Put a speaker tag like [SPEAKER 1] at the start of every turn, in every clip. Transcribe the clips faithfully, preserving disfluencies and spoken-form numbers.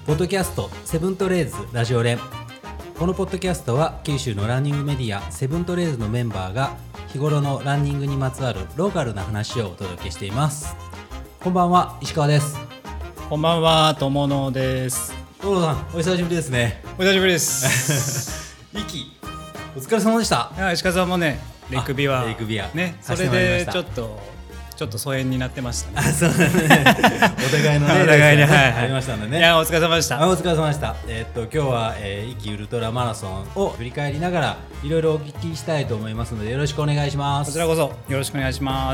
[SPEAKER 1] ポッドキャストセブントレーズラジオ連。このポッドキャストは九州のランニングメディアセブントレーズのメンバーが日頃のランニングにまつわるローカルな話をお届けしています。こんばんは、石川です。
[SPEAKER 2] こんばんは、友野です。
[SPEAKER 1] 友野さん、お久しぶりですね。
[SPEAKER 2] お久しぶりです
[SPEAKER 1] 息お疲れ様でした。
[SPEAKER 2] いや石川さんもね、レイクビア
[SPEAKER 1] レイクビア
[SPEAKER 2] ね、それでちょっとちょっと疎遠になってましたね。
[SPEAKER 1] あ、そうだねお互いのね
[SPEAKER 2] お互いに、はいはい、
[SPEAKER 1] ありましたんでね。
[SPEAKER 2] いや、お疲れ様でした。
[SPEAKER 1] あ、お疲れ様でした。えー、っと今日は、えー、イキウルトラマラソンを振り返りながらいろいろお聞きしたいと思いますので、よろしくお願いします。
[SPEAKER 2] こちらこそよろしくお願いします。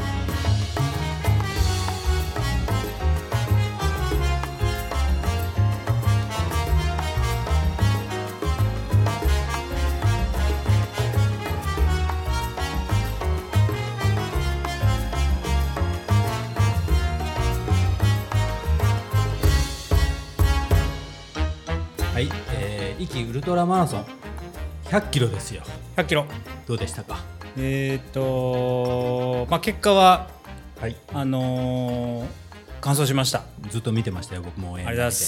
[SPEAKER 1] はい、えー、イキウルトラマラソンひゃっキロですよ。
[SPEAKER 2] ひゃっキロ
[SPEAKER 1] どうでしたか？
[SPEAKER 2] えー、っとまあ結果は、
[SPEAKER 1] はい、
[SPEAKER 2] あのー、完走しました。
[SPEAKER 1] ずっと見てましたよ、僕も。あり
[SPEAKER 2] がとうございます、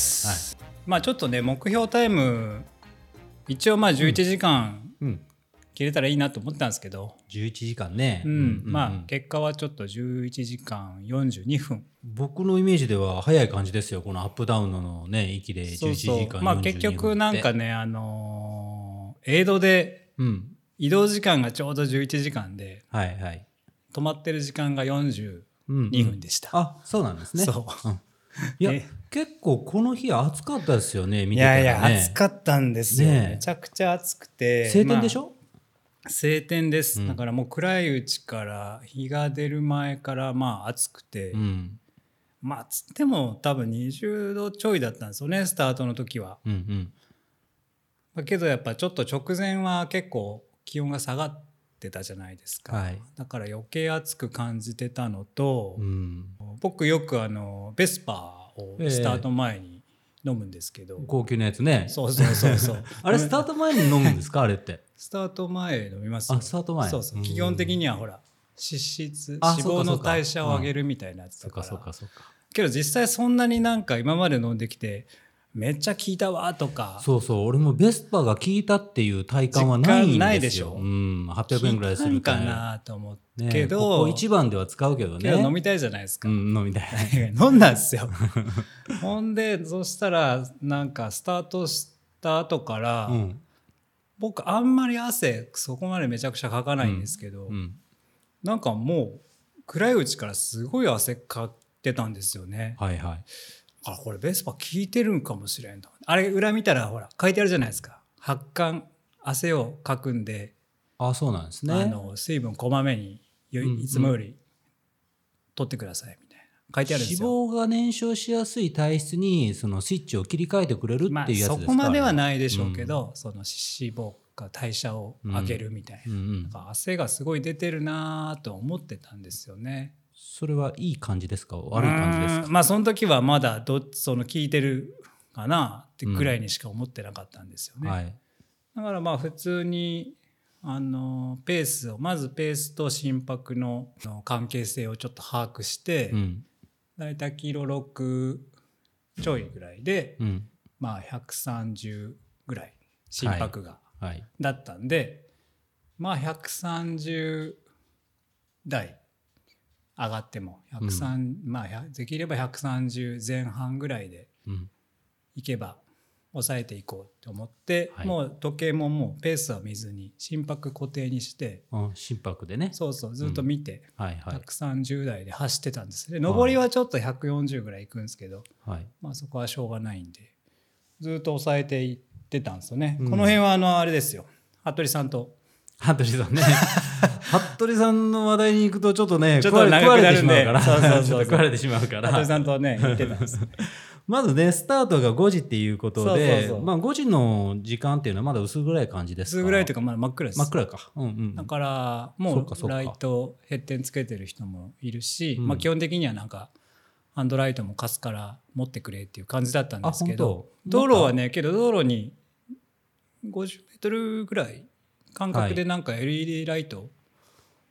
[SPEAKER 2] はい。まあちょっとね、目標タイム一応まあじゅういちじかん、うんうん、切れたらいいなと思ったんですけど、
[SPEAKER 1] じゅういちじかんね、
[SPEAKER 2] うんうんうん、まあ結果はちょっとじゅういちじかんよんじゅうにふん。
[SPEAKER 1] 僕のイメージでは早い感じですよ、このアップダウンのね、息でじゅういちじかんよんじゅうにふんって。
[SPEAKER 2] そうそう、まあ結局なんかね、あのー、エイドで移動時間がちょうどじゅういちじかんで、うん、はいはい、止まってる時間がよんじゅうにふんでした。
[SPEAKER 1] うんうん、あ、そうなんですね。そう、うん、いや結構この日暑かったですよね、見てたらね。
[SPEAKER 2] いやいや暑かったんですよ、ね、めちゃくちゃ暑くて。
[SPEAKER 1] 晴天でしょ？
[SPEAKER 2] まあ、晴天です、うん、だからもう暗いうちから日が出る前からまあ暑くて、うん、まあつっても多分にじゅうどちょいだったんですよね、スタートの時は、うんうん、だけどやっぱちょっと直前は結構気温が下がってたじゃないですか、はい、だから余計暑く感じてたのと、うん、僕よくあのベスパーをスタート前に飲むんですけど、えー、
[SPEAKER 1] 高級なやつね。
[SPEAKER 2] そうそうそうそう
[SPEAKER 1] あれスタート前に飲むんですか？あれって
[SPEAKER 2] スタート前飲みますよ。
[SPEAKER 1] あ、スタート前。
[SPEAKER 2] そうそう、基本的にはほら脂質脂肪の代謝を上げるみたいなやつだから。そうかそうかそうか。けど実際そんなになんか今まで飲んできてめっちゃ効いたわとか。
[SPEAKER 1] そうそう、俺もベスパが効いたっていう体感はないんですよ。
[SPEAKER 2] ないでしょ。
[SPEAKER 1] うん、はっぴゃくえんぐらいする
[SPEAKER 2] かなと思ってけど、ね、こ
[SPEAKER 1] こいちばんでは使うけどね。
[SPEAKER 2] けど飲みたいじゃないですか。
[SPEAKER 1] うん、飲みたい。
[SPEAKER 2] 飲んだんですよ。ほんでそしたらなんかスタートした後から、うん、僕あんまり汗そこまでめちゃくちゃかかないんですけど、うんうん、なんかもう暗いうちからすごい汗かってたんですよね。はいはい。あ、これベスパ効いてるんかもしれんと。あれ裏見たらほら書いてあるじゃないですか。発汗、汗をかくんで、
[SPEAKER 1] あ、そうなんですね。
[SPEAKER 2] あの水分こまめにいつもより取ってくださいみたいな書いてあるんですよ。
[SPEAKER 1] 脂肪が燃焼しやすい体質にそのスイッチを切り替えてくれるっていうやつですか？まあ、
[SPEAKER 2] そこまではないでしょうけど、うん、その脂肪が代謝を上げるみたいな、うんうん、なんか汗がすごい出てるなと思ってたんですよね。
[SPEAKER 1] それはいい感じですか？悪い感じですか？
[SPEAKER 2] まあその時はまだどその効いてるかなってくらいにしか思ってなかったんですよね、うん、はい、だからまあ普通にあのペースをまずペースと心拍の関係性をちょっと把握して、うん、だいたいキロろくちょいぐらいで、うん、まあひゃくさんじゅうぐらい心拍が、はいはい、だったんで、まあひゃくさんじゅう台上がってもひゃくさん、うん、まあできればひゃくさんじゅうぜん半ぐらいでいけば抑えていこうと思って、はい、もう時計ももうペースは見ずに心拍固定にして、
[SPEAKER 1] うん、心拍でね、
[SPEAKER 2] そうそうずっと見て、うん、はいはい、ひゃくさんじゅう台で走ってたんですね。上りはちょっとひゃくよんじゅうぐらいいくんですけど、はい、まあそこはしょうがないんでずっと抑えていってたんですよね、うん、この辺はあのあれですよ、服部さんと
[SPEAKER 1] 服部さんね服部さんの話題に行くとちょっとね
[SPEAKER 2] ちょっと長くなるんで、
[SPEAKER 1] そうそうそうそう食われてしまうから
[SPEAKER 2] 服部さんとね言ってたんです
[SPEAKER 1] まずねスタートがごじっていうことで、そうそうそう、まあ、ごじの時間っていうのはまだ薄暗い感じですか？
[SPEAKER 2] 薄暗いというかまだ真っ暗です。
[SPEAKER 1] 真っ暗か、うんうん、
[SPEAKER 2] だからもうライトヘッテンつけてる人もいるし、うん、まあ、基本的にはなんかハンドライトも貸すから持ってくれっていう感じだったんですけど、道路はねけど道路にごじゅうメートルぐらい間隔でなんか エルイーディー ライト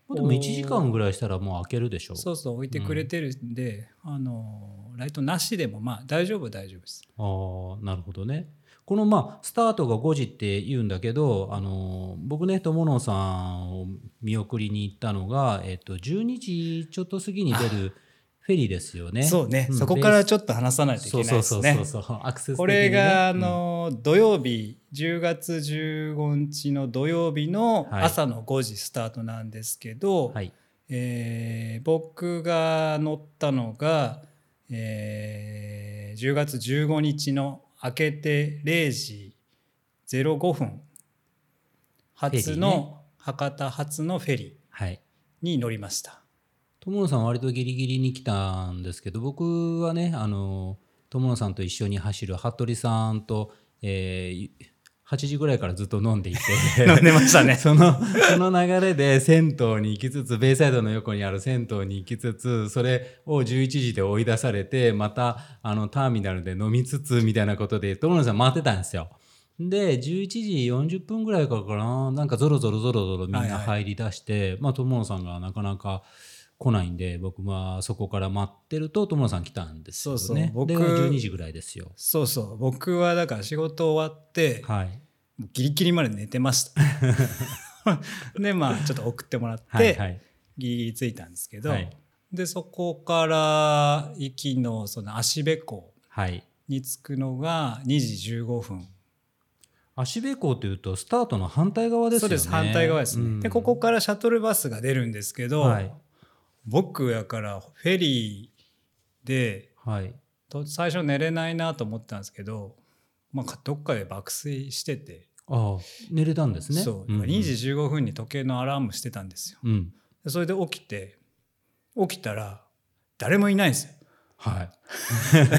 [SPEAKER 1] でもいちじかんぐらいしたらもう開けるでしょ。
[SPEAKER 2] そうそう置いてくれてるんで、うん、あのライトなしでもまあ大丈夫大丈夫です。
[SPEAKER 1] ああ、なるほどね。このまあスタートがごじって言うんだけど、あの僕ね友野さんを見送りに行ったのが、えっと、じゅうにじちょっと過ぎに出るフェリーですよね。
[SPEAKER 2] そうね、うん、そこからちょっと話さないといけないですね。
[SPEAKER 1] そうそうそうそう、アクセス的にね。
[SPEAKER 2] これがあの、うん、土曜日じゅうがつじゅうごにちの土曜日の朝のごじスタートなんですけど、はい、えー、僕が乗ったのが、えー、じゅうがつじゅうごにちの明けてれいじぜろごふん初の、ね、博多発のフェリーに乗りました。はい、
[SPEAKER 1] 友野さんは割とギリギリに来たんですけど、僕はねあの友野さんと一緒に走る服部さんと、えー、はちじぐらいからずっと飲んでいて
[SPEAKER 2] 飲んでましたね
[SPEAKER 1] そのその流れで銭湯に行きつつ、ベイサイドの横にある銭湯に行きつつ、それをじゅういちじで追い出されて、またあのターミナルで飲みつつみたいなことで友野さん回ってたんですよ。でじゅういちじよんじゅっぷんぐらいからかな、なんかゾロゾロゾロゾロみんな入り出して、はいはい、まあ友野さんがなかなか来ないんで、僕はそこから待ってると友野さん来たんですよね。そうそう、僕でじゅうにじぐらいですよ。
[SPEAKER 2] そうそう、僕はだから仕事終わって、はい、ギリギリまで寝てましたでまあちょっと送ってもらってはい、はい、ギリギリ着いたんですけど、はい、でそこから行きのその芦部港に着くのがにじじゅうごふん。
[SPEAKER 1] 芦部港というとスタートの反対側ですよね。
[SPEAKER 2] そうです、反対側ですね、うん、でここからシャトルバスが出るんですけど、はい、僕やからフェリーで、はい、最初寝れないなと思ったんですけど、まあ、どっかで爆睡してて、
[SPEAKER 1] ああ寝れたんですね。
[SPEAKER 2] そう、うんうん、にじじゅうごふんに時計のアラームしてたんですよ、うん、それで起きて起きたら誰もいないんですよ、はい、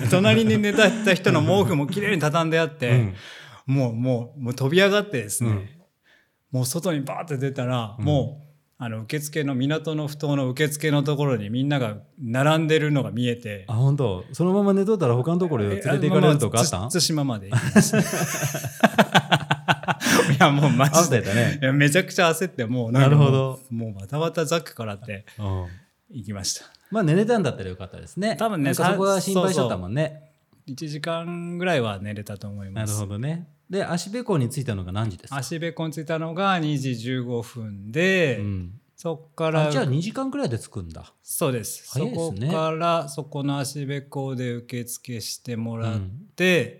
[SPEAKER 2] 隣に寝た人の毛布もきれいに畳んであって、うんもうもうもう飛び上がってですね、うん、もう外にバーって出たら、うん、もうあの受付の港の埠頭の受付のところにみんなが並んでるのが見えて、
[SPEAKER 1] あ本当そのまま寝とったら他のところに連れて行かれるとかあったん？
[SPEAKER 2] 対馬まで行きましたいやもうマジで、ね、いやめちゃくちゃ焦って、もうなんかもう、なるほど、もうバタバタザックからって行きました。
[SPEAKER 1] まあ寝れたんだったらよかったですね。
[SPEAKER 2] 多分ね、
[SPEAKER 1] なんかそこは心配しとったもんね。そうそう
[SPEAKER 2] いちじかんぐらいは寝れたと思います。
[SPEAKER 1] なるほどね。で芦部港に着いたのが何時ですか？
[SPEAKER 2] 芦部港に着いたのがにじじゅうごふんで、うん、そっから
[SPEAKER 1] あじゃあにじかんくらいで着くんだ。
[SPEAKER 2] そうです。早いですね。そこからそこの芦部港で受付してもらって、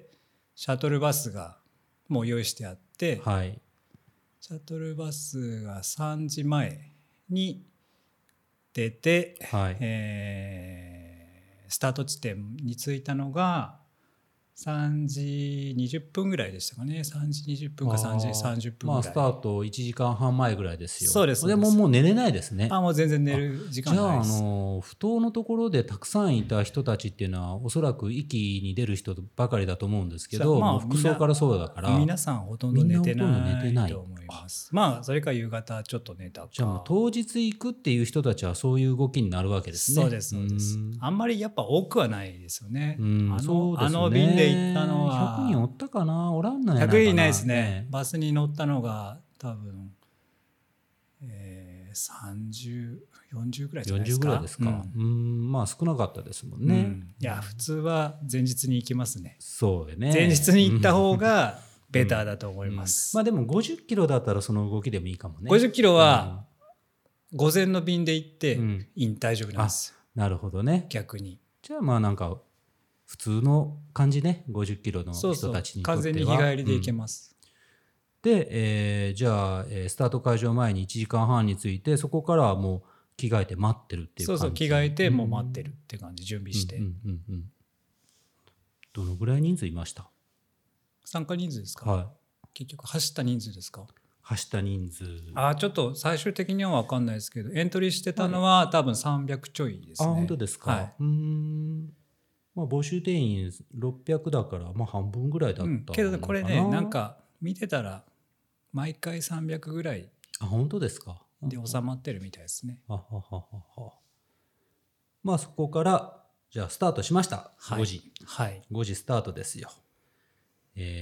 [SPEAKER 2] うん、シャトルバスがもう用意してあって、はい、シャトルバスがさんじまえに出て、はいえー、スタート地点に着いたのがさんじにじゅっぷんぐらいでしたかね。さんじにじゅっぷんかさんじさんじゅっぷんぐらい。
[SPEAKER 1] まあスタートいちじかんはんまえぐらいですよ。
[SPEAKER 2] そうです。
[SPEAKER 1] でももう寝れないですね。
[SPEAKER 2] あもう全然寝る時間ないです。
[SPEAKER 1] じゃああの埠頭のところでたくさんいた人たちっていうのはおそらく駅に出る人ばかりだと思うんですけど、まあ、もう服装からそうだから
[SPEAKER 2] 皆さんほとんど寝てないと思います。まあそれか夕方ちょっと寝たか。
[SPEAKER 1] じゃあもう当日行くっていう人たちはそういう動きになるわけですね。
[SPEAKER 2] そうですそうです。あんまりやっぱ多くはないですよね。うんあの、ね、あの便で行ったのは
[SPEAKER 1] ひゃくにんおったかな、おらんのやないかな。
[SPEAKER 2] ひゃくにんいないですね。バスに乗ったのが多分、えー、さんじゅう、よんじゅうぐらいじゃないですか。
[SPEAKER 1] よんじゅうぐらいですか。うん、うんまあ少なかったですもんね。うん、
[SPEAKER 2] いや普通は前日に行きますね。
[SPEAKER 1] そうね。
[SPEAKER 2] 前日に行った方がベターだと思います。
[SPEAKER 1] うんうん、まあでもごじゅっキロだったらその動きでもいいかもね。
[SPEAKER 2] ごじゅっキロは午前の便で行っていい大丈夫なんです。
[SPEAKER 1] うん、なるほどね。
[SPEAKER 2] 逆に。
[SPEAKER 1] じゃあまあなんか普通の感じね、ごじゅっキロの人たちにとっては。そうそう
[SPEAKER 2] 完全に日帰りで行けます。
[SPEAKER 1] うん、で、えー、じゃあ、えー、スタート会場前にいちじかんはんに着いて、そこからはもう着替えて待ってるっていう感じ。
[SPEAKER 2] そうそう着替えてもう待ってるって感じ、準備して、うんうんうんうん。
[SPEAKER 1] どのぐらい人数いました？
[SPEAKER 2] 参加人数ですか？はい。結局走った人数ですか？
[SPEAKER 1] 走った人数。
[SPEAKER 2] あちょっと最終的には分かんないですけど、エントリーしてたのは多分さんびゃくちょいですね。
[SPEAKER 1] あ本当ですか？はい、うーんまあ、募集定員ろっぴゃくだから、まあ、半分ぐらいだったのかな、うん、
[SPEAKER 2] けどこれねなんか見てたら毎回さんびゃくぐらい
[SPEAKER 1] あ本当ですか
[SPEAKER 2] で収まってるみたいですね。
[SPEAKER 1] はははははまあそこからじゃあスタートしました、はい、ごじ、はい、ごじスタートですよ。え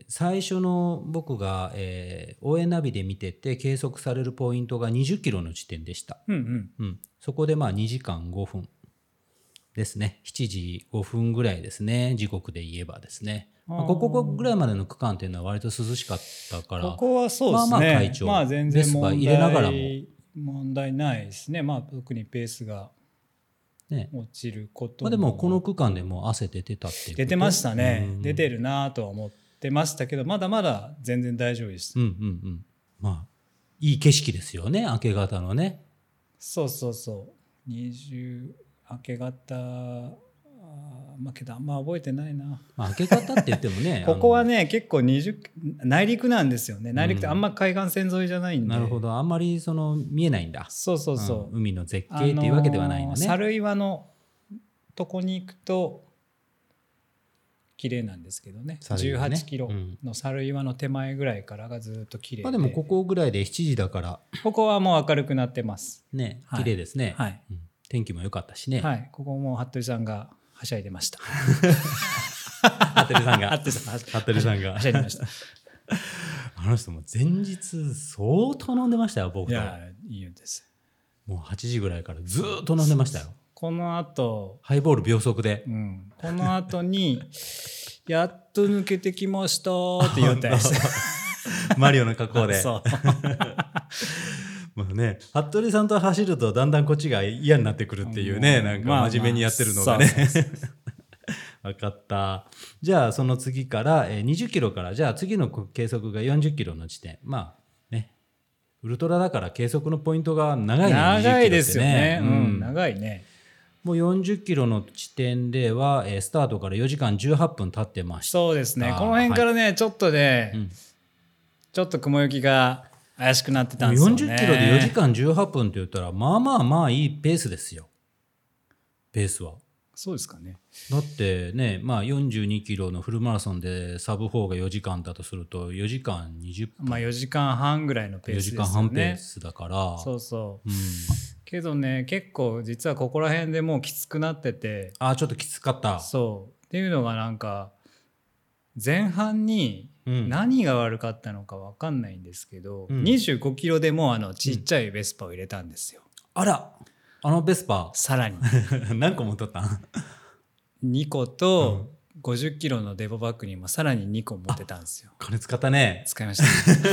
[SPEAKER 1] ー、最初の僕が、えー、応援ナビで見てて計測されるポイントがにじゅっキロの地点でした、
[SPEAKER 2] うんうん
[SPEAKER 1] うん、そこでまあにじかんごふんですね。しちじごふんぐらいですね、時刻で言えばですね。まあ、ここぐらいまでの区間っていうのは割と涼しかったから、
[SPEAKER 2] ここはそうですね、
[SPEAKER 1] まあまあ快調、
[SPEAKER 2] まあ全然問題
[SPEAKER 1] 入れながらも
[SPEAKER 2] 問題ないですね。まあ特にペースが
[SPEAKER 1] ね、
[SPEAKER 2] 落ちることも、
[SPEAKER 1] まあ、でもこの区間でも汗出てたっていうこと。
[SPEAKER 2] 出てましたね、
[SPEAKER 1] うん、
[SPEAKER 2] 出てるなとは思ってましたけど、まだまだ全然大丈夫です。
[SPEAKER 1] うんうんうん。まあいい景色ですよね、明け方のね。
[SPEAKER 2] そうそうそう、にじゅう明け方、あまあけどあんま覚えてないな、
[SPEAKER 1] まあ、明け方って言ってもね
[SPEAKER 2] ここはね結構にじゅう内陸なんですよね。内陸ってあんま海岸線沿いじゃないんで、
[SPEAKER 1] うん、なるほど、あんまりその見えないんだ。
[SPEAKER 2] そうそうそう、
[SPEAKER 1] うん、海の絶景っていうわけではないのね。
[SPEAKER 2] あのー、猿岩のとこに行くと綺麗なんですけど ね, ねじゅうはちキロの猿岩の手前ぐらいからがずっと綺麗で、
[SPEAKER 1] まあ、でもここぐらいでしちじだから
[SPEAKER 2] ここはもう明るくなってます
[SPEAKER 1] ね、綺麗ですね、
[SPEAKER 2] はい、
[SPEAKER 1] うん、天気も良かったしね、
[SPEAKER 2] はい、ここも服部さんがはしゃいでました
[SPEAKER 1] 服部さんが
[SPEAKER 2] 服部さん
[SPEAKER 1] 服部さんが
[SPEAKER 2] はしゃいでました
[SPEAKER 1] あの人も前日相当飲んでましたよ、僕と。い
[SPEAKER 2] やいいんです。
[SPEAKER 1] もうはちじぐらいからずっと飲んでましたよ。
[SPEAKER 2] この後
[SPEAKER 1] ハイボール秒速で、
[SPEAKER 2] うん、この後にやっと抜けてきましたって言ったやつ
[SPEAKER 1] マリオの格好で
[SPEAKER 2] そう
[SPEAKER 1] まあね、服部さんと走るとだんだんこっちが嫌になってくるっていうね、なんか真面目にやってるのがね、分かった。じゃあその次からにじゅっキロから、じゃあ次の計測がよんじゅっキロの地点、まあね、ウルトラだから計測のポイントが長いね、
[SPEAKER 2] 長いですよね、
[SPEAKER 1] うん
[SPEAKER 2] うん、長いね。
[SPEAKER 1] もうよんじゅっキロの地点では、えー、スタートからよじかんじゅうはっぷん経ってました。
[SPEAKER 2] そうですね、この辺からね、はい、ちょっとね、うん、ちょっと雲行きが怪しくなってたんですよね。
[SPEAKER 1] よんじゅっキロでよじかんじゅうはっぷんって言ったらまあまあまあいいペースですよ、ペースは。
[SPEAKER 2] そうですかね。
[SPEAKER 1] だってね、まあ、よんじゅうにキロのフルマラソンでサブよんがよじかんだとするとよじかんにじゅっぷん、
[SPEAKER 2] まあよじかんはんぐらいのペースですよね。よじかんはんペー
[SPEAKER 1] スだから。
[SPEAKER 2] そうそう、うん、けどね結構実はここら辺でもうきつくなってて。
[SPEAKER 1] あ、ちょっときつかった。
[SPEAKER 2] そうっていうのがなんか前半に何が悪かったのか分かんないんですけど、うん、にじゅうごキロでもあのちっちゃいベスパを入れたんですよ、うん、
[SPEAKER 1] あら、あのベスパ
[SPEAKER 2] さらに
[SPEAKER 1] 何個も取ったん
[SPEAKER 2] にことごじゅっキロのデボバッグにもさらににこ持ってたんですよ。
[SPEAKER 1] 金使ったね。
[SPEAKER 2] 使いました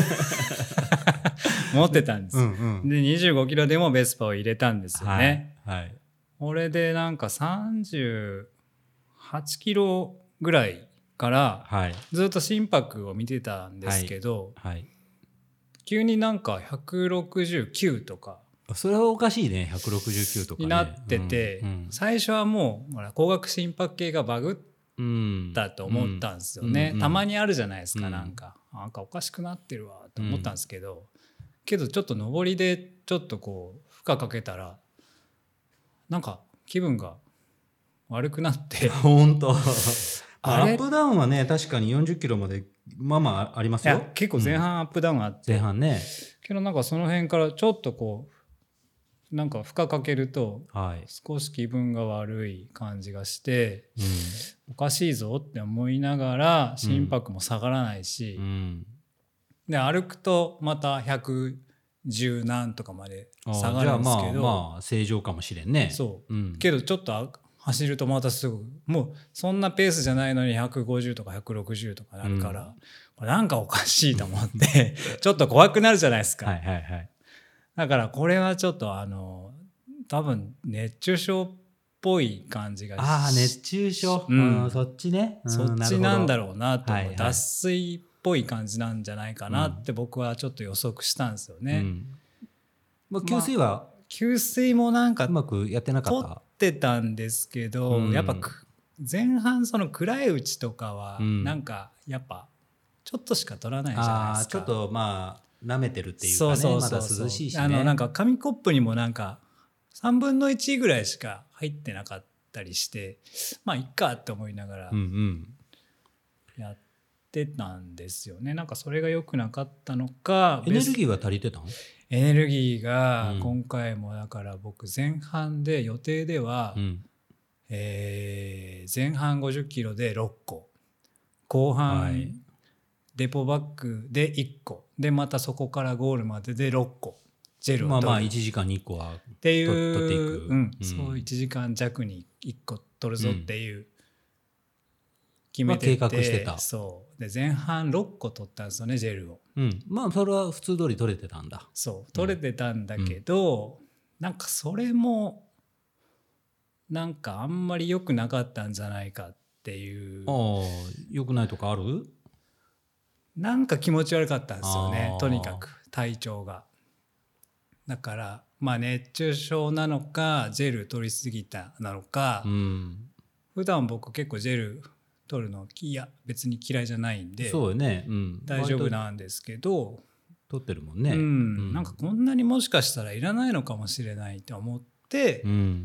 [SPEAKER 2] 持ってたんです、うんうん、でにじゅうごキロでもベスパを入れたんですよね、はいはい、これでなんかさんじゅうはちキロぐらいからずっと心拍を見てたんですけど、はいはい、急になんかひゃくろくじゅうきゅうとか、
[SPEAKER 1] それはおかしいね、ひゃくろくじゅうきゅうとか、ね、
[SPEAKER 2] になってて、うんうん、最初はもうほら高額心拍計がバグったと思ったんですよね、うんうん、たまにあるじゃないですか、うん、なんかなんかおかしくなってるわと思ったんですけど、うん、けどちょっと上りでちょっとこう負荷かけたらなんか気分が悪くなって
[SPEAKER 1] 本当アップダウンはね確かによんじゅっキロまでまあまあありますよ。
[SPEAKER 2] いや結構前半アップダウンあって、
[SPEAKER 1] うん、前半ね、
[SPEAKER 2] けどなんかその辺からちょっとこうなんか負荷かけると少し気分が悪い感じがして、はい、うん、おかしいぞって思いながら心拍も下がらないし、うん、で歩くとまたひゃくじゅう何とかまで下がるんですけど、
[SPEAKER 1] じゃあまあまあ正常かもしれんね。
[SPEAKER 2] そう、うん、けどちょっと走るとまたすぐもうそんなペースじゃないのにひゃくごじゅうとかひゃくろくじゅうとかなるから、うん、これなんかおかしいと思ってちょっと怖くなるじゃないですか。はいはいはい、だからこれはちょっとあの多分熱中症っぽい感じがし、
[SPEAKER 1] ああ熱中症、うん、そっちね、
[SPEAKER 2] うん、そっちなんだろうなと思う、はいはい、脱水っぽい感じなんじゃないかなって僕はちょっと予測したんですよね、うん、
[SPEAKER 1] まあ、給水は、まあ、
[SPEAKER 2] 給水もなんか
[SPEAKER 1] うまくやってなかった。
[SPEAKER 2] 取ってたんですけど、うん、やっぱ前半その暗いうちとかはなんかやっぱちょっとしか取らないじゃないですか、
[SPEAKER 1] うん、あちょっとまあ舐めてるっていうかね、そうそうそうそう、まだ涼しいしね、
[SPEAKER 2] あのなんか紙コップにもなんかさんぶんのいちぐらいしか入ってなかったりして、まあいっかって思いながらやってたんですよね。なんかそれが良くなかったのか、
[SPEAKER 1] エネルギーは足りてたの？
[SPEAKER 2] エネルギーが今回もだから僕前半で予定では、うんえー、前半ごじゅっキロでろっこ、後半デポバッグでいっこでまたそこからゴールまででろっこジェルを取る、
[SPEAKER 1] まあまあいちじかんにいっこは
[SPEAKER 2] っていう、
[SPEAKER 1] 取っていく、
[SPEAKER 2] うんうん、そういちじかん弱にいっこ取るぞっていう決めてて、
[SPEAKER 1] まあ、計画してた。
[SPEAKER 2] そうで前半ろっこ取ったんですよねジェルを、
[SPEAKER 1] うん、まあそれは普通通り取れてたんだ。
[SPEAKER 2] そう取れてたんだけど、うん、なんかそれもなんかあんまり良くなかったんじゃないかっていう。
[SPEAKER 1] ああ、良くないとかある？
[SPEAKER 2] なんか気持ち悪かったんですよね、とにかく体調が。だからまあ熱中症なのかジェル取りすぎたなのか、うん、普段僕結構ジェル取るのいや別に嫌いじゃないんで、
[SPEAKER 1] そうよね、うん、
[SPEAKER 2] 大丈夫なんですけど
[SPEAKER 1] 取ってるもんね、
[SPEAKER 2] うんうん、なんかこんなにもしかしたらいらないのかもしれないと思って、うん、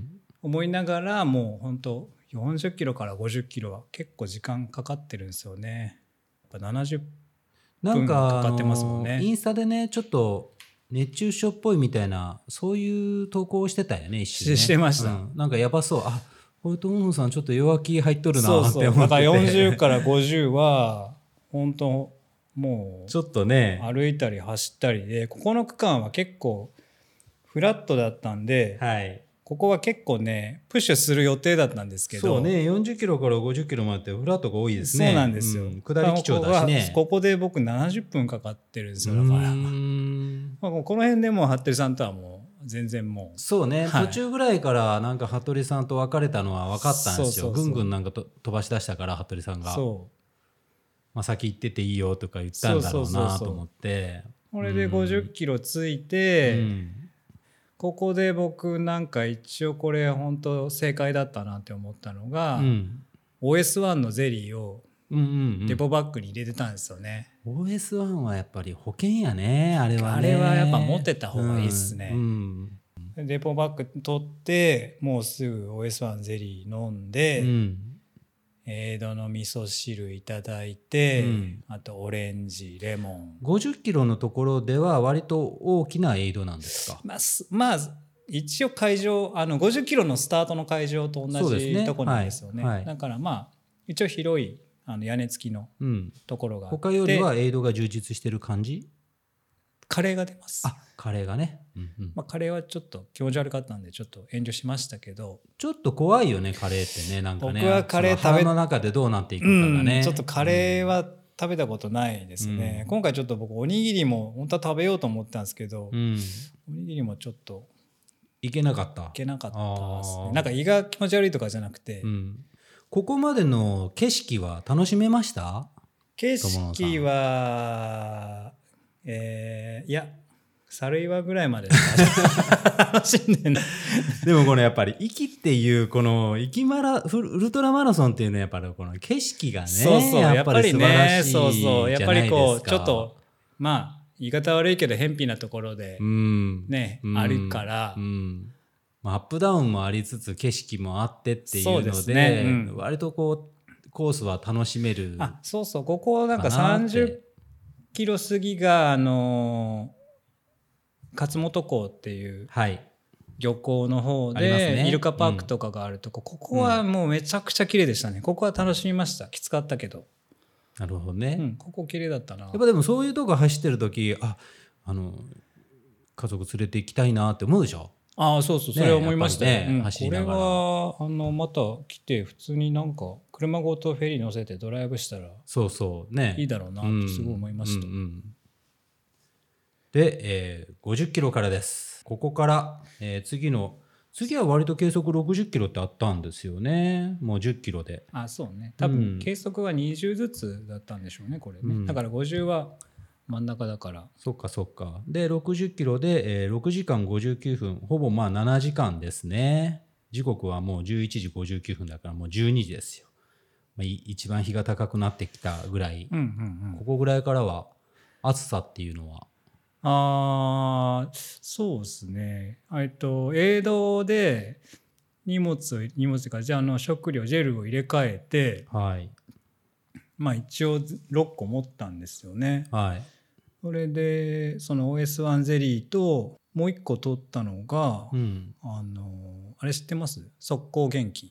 [SPEAKER 2] 思いながらもう本当よんじゅっキロからごじゅっキロは結構時間かかってるんですよね。やっぱななじゅっぷんかかってますもんね。
[SPEAKER 1] なんかインスタでねちょっと熱中症っぽいみたいなそういう投稿をしてたよね一瞬ね。
[SPEAKER 2] してました、うん、
[SPEAKER 1] なんかやばそう、あこれトムさんちょっと弱気入っとるなって思ってて、
[SPEAKER 2] そうそうだからよんじゅうからごじゅうは本当もう
[SPEAKER 1] ちょっとね
[SPEAKER 2] 歩いたり走ったりで、ここの区間は結構フラットだったんで、はい、ここは結構ねプッシュする予定だったんですけど、
[SPEAKER 1] そうねよんじゅっキロからごじゅっキロまでってフラットが多いですね。
[SPEAKER 2] そうなんですよ、うん、
[SPEAKER 1] 下り基調だしね。
[SPEAKER 2] ここここで僕ななじゅっぷんかかってるんですよ。だからまあこの辺でもう服部さんとはもう全然もう
[SPEAKER 1] そうね、
[SPEAKER 2] はい、
[SPEAKER 1] 途中ぐらいからなんか服部さんと別れたのは分かったんですよ。ぐんぐんなんかと飛ばし出したから服部さんがそう、まあ、先行ってていいよとか言ったんだろうなと思って、
[SPEAKER 2] これでごじゅっキロついて、うん、ここで僕なんか一応これ本当正解だったなって思ったのが、うん、オーエスワン のゼリーをデポバッグに入れてたんですよね、
[SPEAKER 1] うんうんうん、オーエスワン はやっぱり保険やね、あれはね。
[SPEAKER 2] あれはやっぱ持ってた方がいいっすね、
[SPEAKER 1] うん
[SPEAKER 2] うん、デポバッグ取ってもうすぐ オーエスワン ゼリー飲んで、うん、エイドの味噌汁いただいて、うん、あとオレンジレモン。
[SPEAKER 1] ごじゅっキロのところでは割と大きなエイドなんですか？
[SPEAKER 2] まあ、まあ、一応会場あのごじゅっキロのスタートの会場と同じところなんですよね、はいはい、だからまあ一応広いあの屋根付きのところがあって、うん、
[SPEAKER 1] 他よりはエイドが充実してる感じ？
[SPEAKER 2] カレーが出ます。
[SPEAKER 1] あ、カレーがね、
[SPEAKER 2] うんうん、まあ、カレーはちょっと気持ち悪かったんでちょっと遠慮しましたけど、
[SPEAKER 1] ちょっと怖いよねカレーってね。なんかね、
[SPEAKER 2] 僕はカレー食べ
[SPEAKER 1] 腹の中でどうなっていくかがね、
[SPEAKER 2] うん、ちょっとカレーは食べたことないですね、うん、今回ちょっと僕おにぎりも本当は食べようと思ったんですけど、うん、おにぎりもちょっと
[SPEAKER 1] いけなかった。
[SPEAKER 2] いけなかったですね。なんか胃が気持ち悪いとかじゃなくて、うん、
[SPEAKER 1] ここまでの景色は楽しめました？
[SPEAKER 2] 景色は、えー、いや猿岩ぐらいまで楽しんでない
[SPEAKER 1] でもこのやっぱり「息」っていうこの息マラウルトラマラソンっていうのはやっぱりこの景色がね、
[SPEAKER 2] そうそう
[SPEAKER 1] やっぱり素晴らしいじゃないですか。
[SPEAKER 2] そうそうやっぱりこうちょっとまあ言い方悪いけど偏僻なところでね、うん、あるから、うん、
[SPEAKER 1] アップダウンもありつつ景色もあってっていうの で,
[SPEAKER 2] で、ね、うん、
[SPEAKER 1] 割とこうコースは楽しめる。
[SPEAKER 2] あ、そうそう、ここなんかさんじゅっキロ過ぎがあの勝本港っていう漁港の方で、はいね、イルカパークとかがあるとこ、うん、ここはもうめちゃくちゃ綺麗でしたね。ここは楽しみました。きつかったけど。
[SPEAKER 1] なるほどね、
[SPEAKER 2] うん、ここ綺麗だったな。
[SPEAKER 1] やっぱでもそういうとこ走ってる時、あ、あの家族連れて行きたいなって思うでしょ。
[SPEAKER 2] ああ、そうそう、それは思いましたよ、ね、うん、
[SPEAKER 1] 走りながら。
[SPEAKER 2] これはあのまた来て普通になんか車ごとフェリー乗せてドライブしたら
[SPEAKER 1] そうそうね
[SPEAKER 2] いいだろうなってすごい思いました、うんうんうん、
[SPEAKER 1] で、えー、ごじゅっキロからです。ここから、えー、次の次は割と計測ろくじゅっキロってあったんですよね。もうじゅっキロで。
[SPEAKER 2] あ、そうね。多分計測はにじゅうずつだったんでしょうね、これね、うん、だからごじゅうは真ん中だから。
[SPEAKER 1] そっかそっか。でろくじゅっキロで、えー、ろくじかんごじゅうきゅうふん、ほぼまあななじかんですね。時刻はもうじゅういちじごじゅうきゅうふんだからもうじゅうにじですよ。まあ、一番日が高くなってきたぐらい、うんうんうん、ここぐらいからは暑さっていうのは。
[SPEAKER 2] あ、そうですね。えっとエイドで荷物荷物かじゃあの食料ジェルを入れ替えて、はい、まあ一応ろっこ持ったんですよね。はい、それでその オーエスワン ゼリーともういっこ取ったのが、うん、あのあれ知ってます？速攻元気。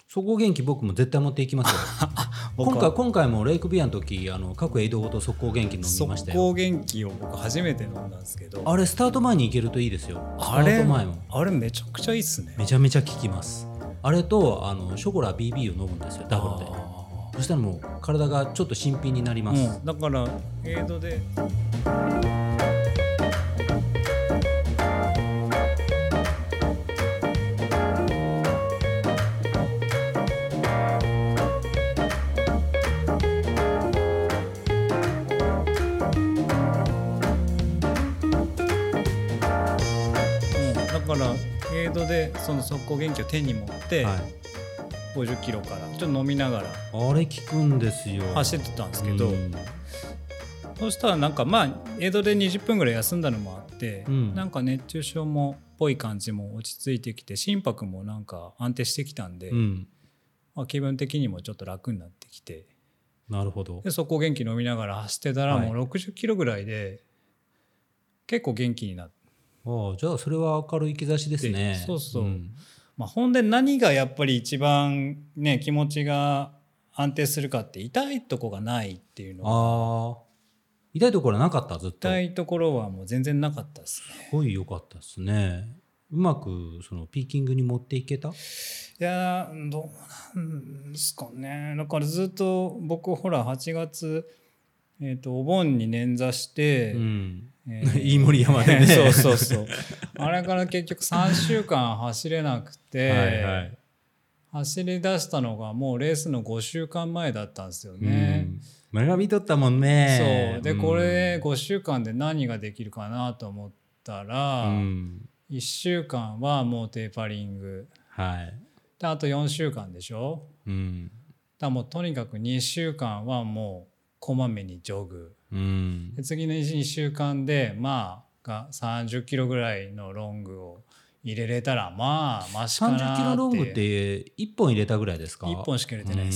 [SPEAKER 1] 速攻元気僕も絶対持っていきますよ今回今回もレイクビアの時あの各エイドごと速攻元気飲みましたよ。
[SPEAKER 2] 速攻元気を僕初めて飲んだんですけど、
[SPEAKER 1] あれスタート前に行けるといいですよ。
[SPEAKER 2] あれ
[SPEAKER 1] スタート前も
[SPEAKER 2] あれめちゃくちゃいいっすね。
[SPEAKER 1] めちゃめちゃ効きます。あれとあのショコラ ビービー を飲むんですよ、ダブルで。そしたらもう体がちょっと新品になります、
[SPEAKER 2] うん、だからエイドでだからエイドでその速攻元気を手に持って、はい、ごじゅっキロからちょっと飲みながら
[SPEAKER 1] あれ効くんですよ。
[SPEAKER 2] 走ってたんですけど、うん、そしたらなんかまあエイドでにじゅっぷんぐらい休んだのもあって、うん、なんか熱中症もっぽい感じも落ち着いてきて心拍もなんか安定してきたんで、うんまあ、気分的にもちょっと楽になってきて、
[SPEAKER 1] なるほど。
[SPEAKER 2] で速攻元気飲みながら走ってたらもうろくじゅっキロぐらいで結構元気になって、
[SPEAKER 1] ああじゃあそれは明るい兆しですね。
[SPEAKER 2] そうそう、うんまあ、ほんで何がやっぱり一番ね気持ちが安定するかって痛いとこがないっていうのは。
[SPEAKER 1] あ痛いところはなかった。ずっと
[SPEAKER 2] 痛いところはもう全然なかったですね。
[SPEAKER 1] すごい良かったですね。うまくそのピーキングに持っていけた。い
[SPEAKER 2] やどうなんですかね。だからずっと僕ほらはちがつ、えー、とお盆に捻挫して、うん
[SPEAKER 1] えー、飯盛山でね
[SPEAKER 2] そうそうそうあれから結局さんしゅうかん走れなくてはい、はい、走り出したのがもうレースのごしゅうかんまえだったんですよね。
[SPEAKER 1] 前髪取ったもんね。
[SPEAKER 2] そうでこれごしゅうかんで何ができるかなと思ったら、うん、いっしゅうかんはもうテーパリング、はい、であとよんしゅうかんでしょ、うん、だもうとにかくにしゅうかんはもうこまめにジョグ、うん、で次のいっしゅうかんでまあがさんじゅっキロぐらいのロングを入れれたらまあマシかなって。
[SPEAKER 1] さんじゅっキロロングっていっぽん入れたぐらいですか。
[SPEAKER 2] いっぽんしか入れてないです。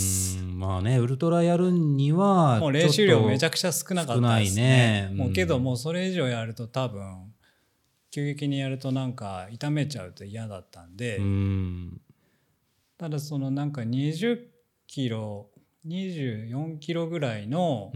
[SPEAKER 1] まあねウルトラやるには
[SPEAKER 2] もう練習量めちゃくちゃ少なかったですね。もうけどもうそれ以上やると多分急激にやるとなんか痛めちゃうと嫌だったんで、うんただそのなんかにじゅっキロにじゅうよんキロぐらいの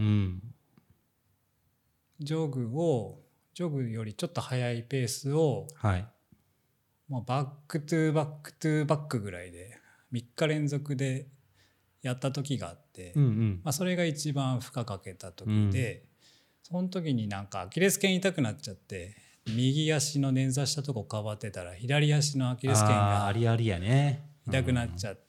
[SPEAKER 2] ジョグをジョグよりちょっと速いペースを、はいまあ、バックトゥーバックトゥーバックぐらいでみっか連続でやった時があって、うんうんまあ、それが一番負荷かけた時で、うん、その時になんかアキレス腱痛くなっちゃって右足の捻挫したとこかばってたら左足のアキレス腱が痛くなっちゃって、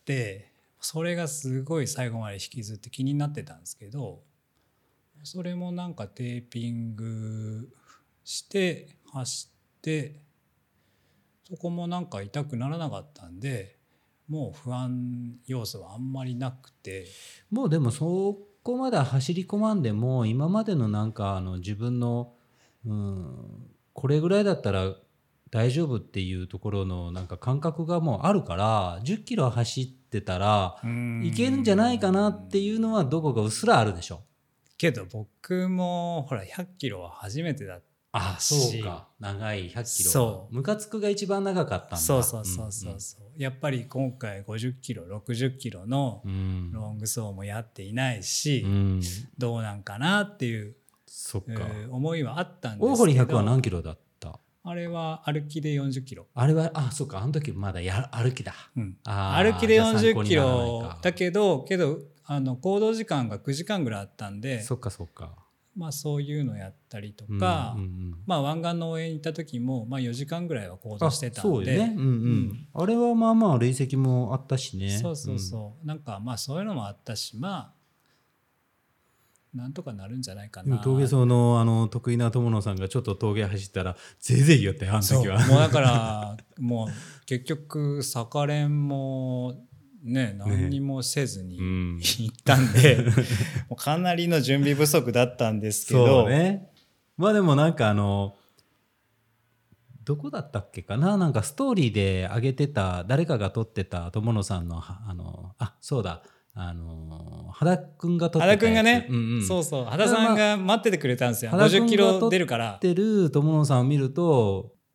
[SPEAKER 2] それがすごい最後まで引きずって気になってたんですけど、それもなんかテーピングして走ってそこもなんか痛くならなかったんでもう不安要素はあんまりなくて。
[SPEAKER 1] もうでもそこまで走り込まんでも今までのなんかあの自分の、うん、これぐらいだったら大丈夫っていうところのなんか感覚がもうあるからじゅっキロ走ってたらいけるんじゃないかなっていうのはどこかうっすらあるでしょ。
[SPEAKER 2] けど僕もほらひゃっキロは初めてだったし。あ、
[SPEAKER 1] そうか長いひゃっキロそうムカつくが一番長かったんだ。
[SPEAKER 2] そうそうそうそうそう、うんうん、やっぱり今回ごじゅっキロろくじゅっキロのロング走もやっていないし、うん、どうなんかなっていう、そっか、えー、思いはあったんですけど。
[SPEAKER 1] 大堀ひゃくは何キロだった？
[SPEAKER 2] あれは歩きでよんじゅっキロ。
[SPEAKER 1] あれはあそうかあの時まだや歩きだ、うん、
[SPEAKER 2] あ歩きでよんじゅっキロだけどけどあの行動時間がくじかんぐらいあったんで、
[SPEAKER 1] そっかそっか、
[SPEAKER 2] まあ、そういうのやったりとか、うんうんうんまあ、湾岸の応援に行った時も、まあ、よじかんぐらいは行動してたんで。
[SPEAKER 1] そうよね、うんうんうん、あれはまあまあ累積もあったしね。
[SPEAKER 2] そうそうそう、うん、なんかまあそういうのもあったしまあなんとかなるんじゃないかな。
[SPEAKER 1] 峠走 の, あの得意な友野さんがちょっと峠走ったらぜいぜい言ってあの時は
[SPEAKER 2] もうだからもう結局坂連もね何にもせずに行ったんで、ねうん、もうかなりの準備不足だったんですけど
[SPEAKER 1] そうね。まあでもなんかあのどこだったっけかな、なんかストーリーで上げてた誰かが撮ってた友野さんのあのあそうだあの羽田くんが撮ってたやつ、
[SPEAKER 2] 羽田くんがね、うんうん、そうそう羽田さんが待っててくれたんですよ、まあ、ごじゅっキロ出るから。
[SPEAKER 1] 羽田くんが撮ってる友野さんを見ると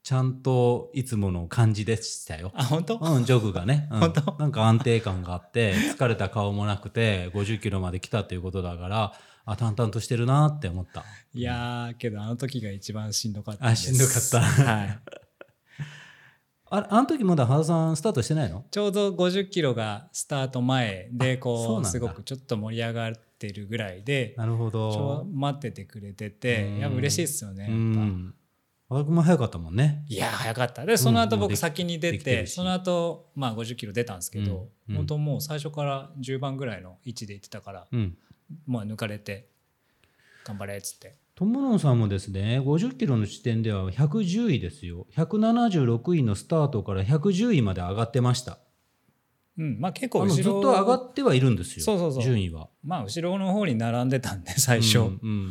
[SPEAKER 1] ちゃんといつもの感じでしたよ。
[SPEAKER 2] あ、本当？
[SPEAKER 1] うん、ジョグがね、うん、
[SPEAKER 2] 本当？
[SPEAKER 1] なんか安定感があって疲れた顔もなくてごじゅっキロまで来たということだから、あ、淡々としてるなって思った。
[SPEAKER 2] いやーけどあの時が一番しんどかったです。
[SPEAKER 1] あ、しんどかった
[SPEAKER 2] はい
[SPEAKER 1] あ, あの時まだ羽田さんスタートしてないの？
[SPEAKER 2] ちょうどごじゅっキロがスタート前でこうすご
[SPEAKER 1] そうなんだ。
[SPEAKER 2] くちょっと盛り上がってるぐらいで、
[SPEAKER 1] なるほ
[SPEAKER 2] ちょ
[SPEAKER 1] ど。
[SPEAKER 2] 待っててくれてて、やっぱ嬉しいですよね。やっぱ
[SPEAKER 1] うん僕も早かったもんね。
[SPEAKER 2] いや早かったで、その後僕先に出て、
[SPEAKER 1] うん、
[SPEAKER 2] その後まあごじゅっキロ出たんですけど、
[SPEAKER 1] うんうん、
[SPEAKER 2] 本当もう最初からじゅうばんぐらいの位置で行ってたから、うん、もう抜かれて頑張れっつって。
[SPEAKER 1] 友野さんもですね、ごじゅっキロの地点ではひゃくじゅういですよ。ひゃくななじゅうろくいのスタートからひゃくじゅういまで上がってました。
[SPEAKER 2] うん、まあ結構後ろ
[SPEAKER 1] ずっと上がってはいるんですよ。
[SPEAKER 2] そうそうそう、
[SPEAKER 1] 順位は。
[SPEAKER 2] まあ後ろの方に並んでたんで最初、うんうん、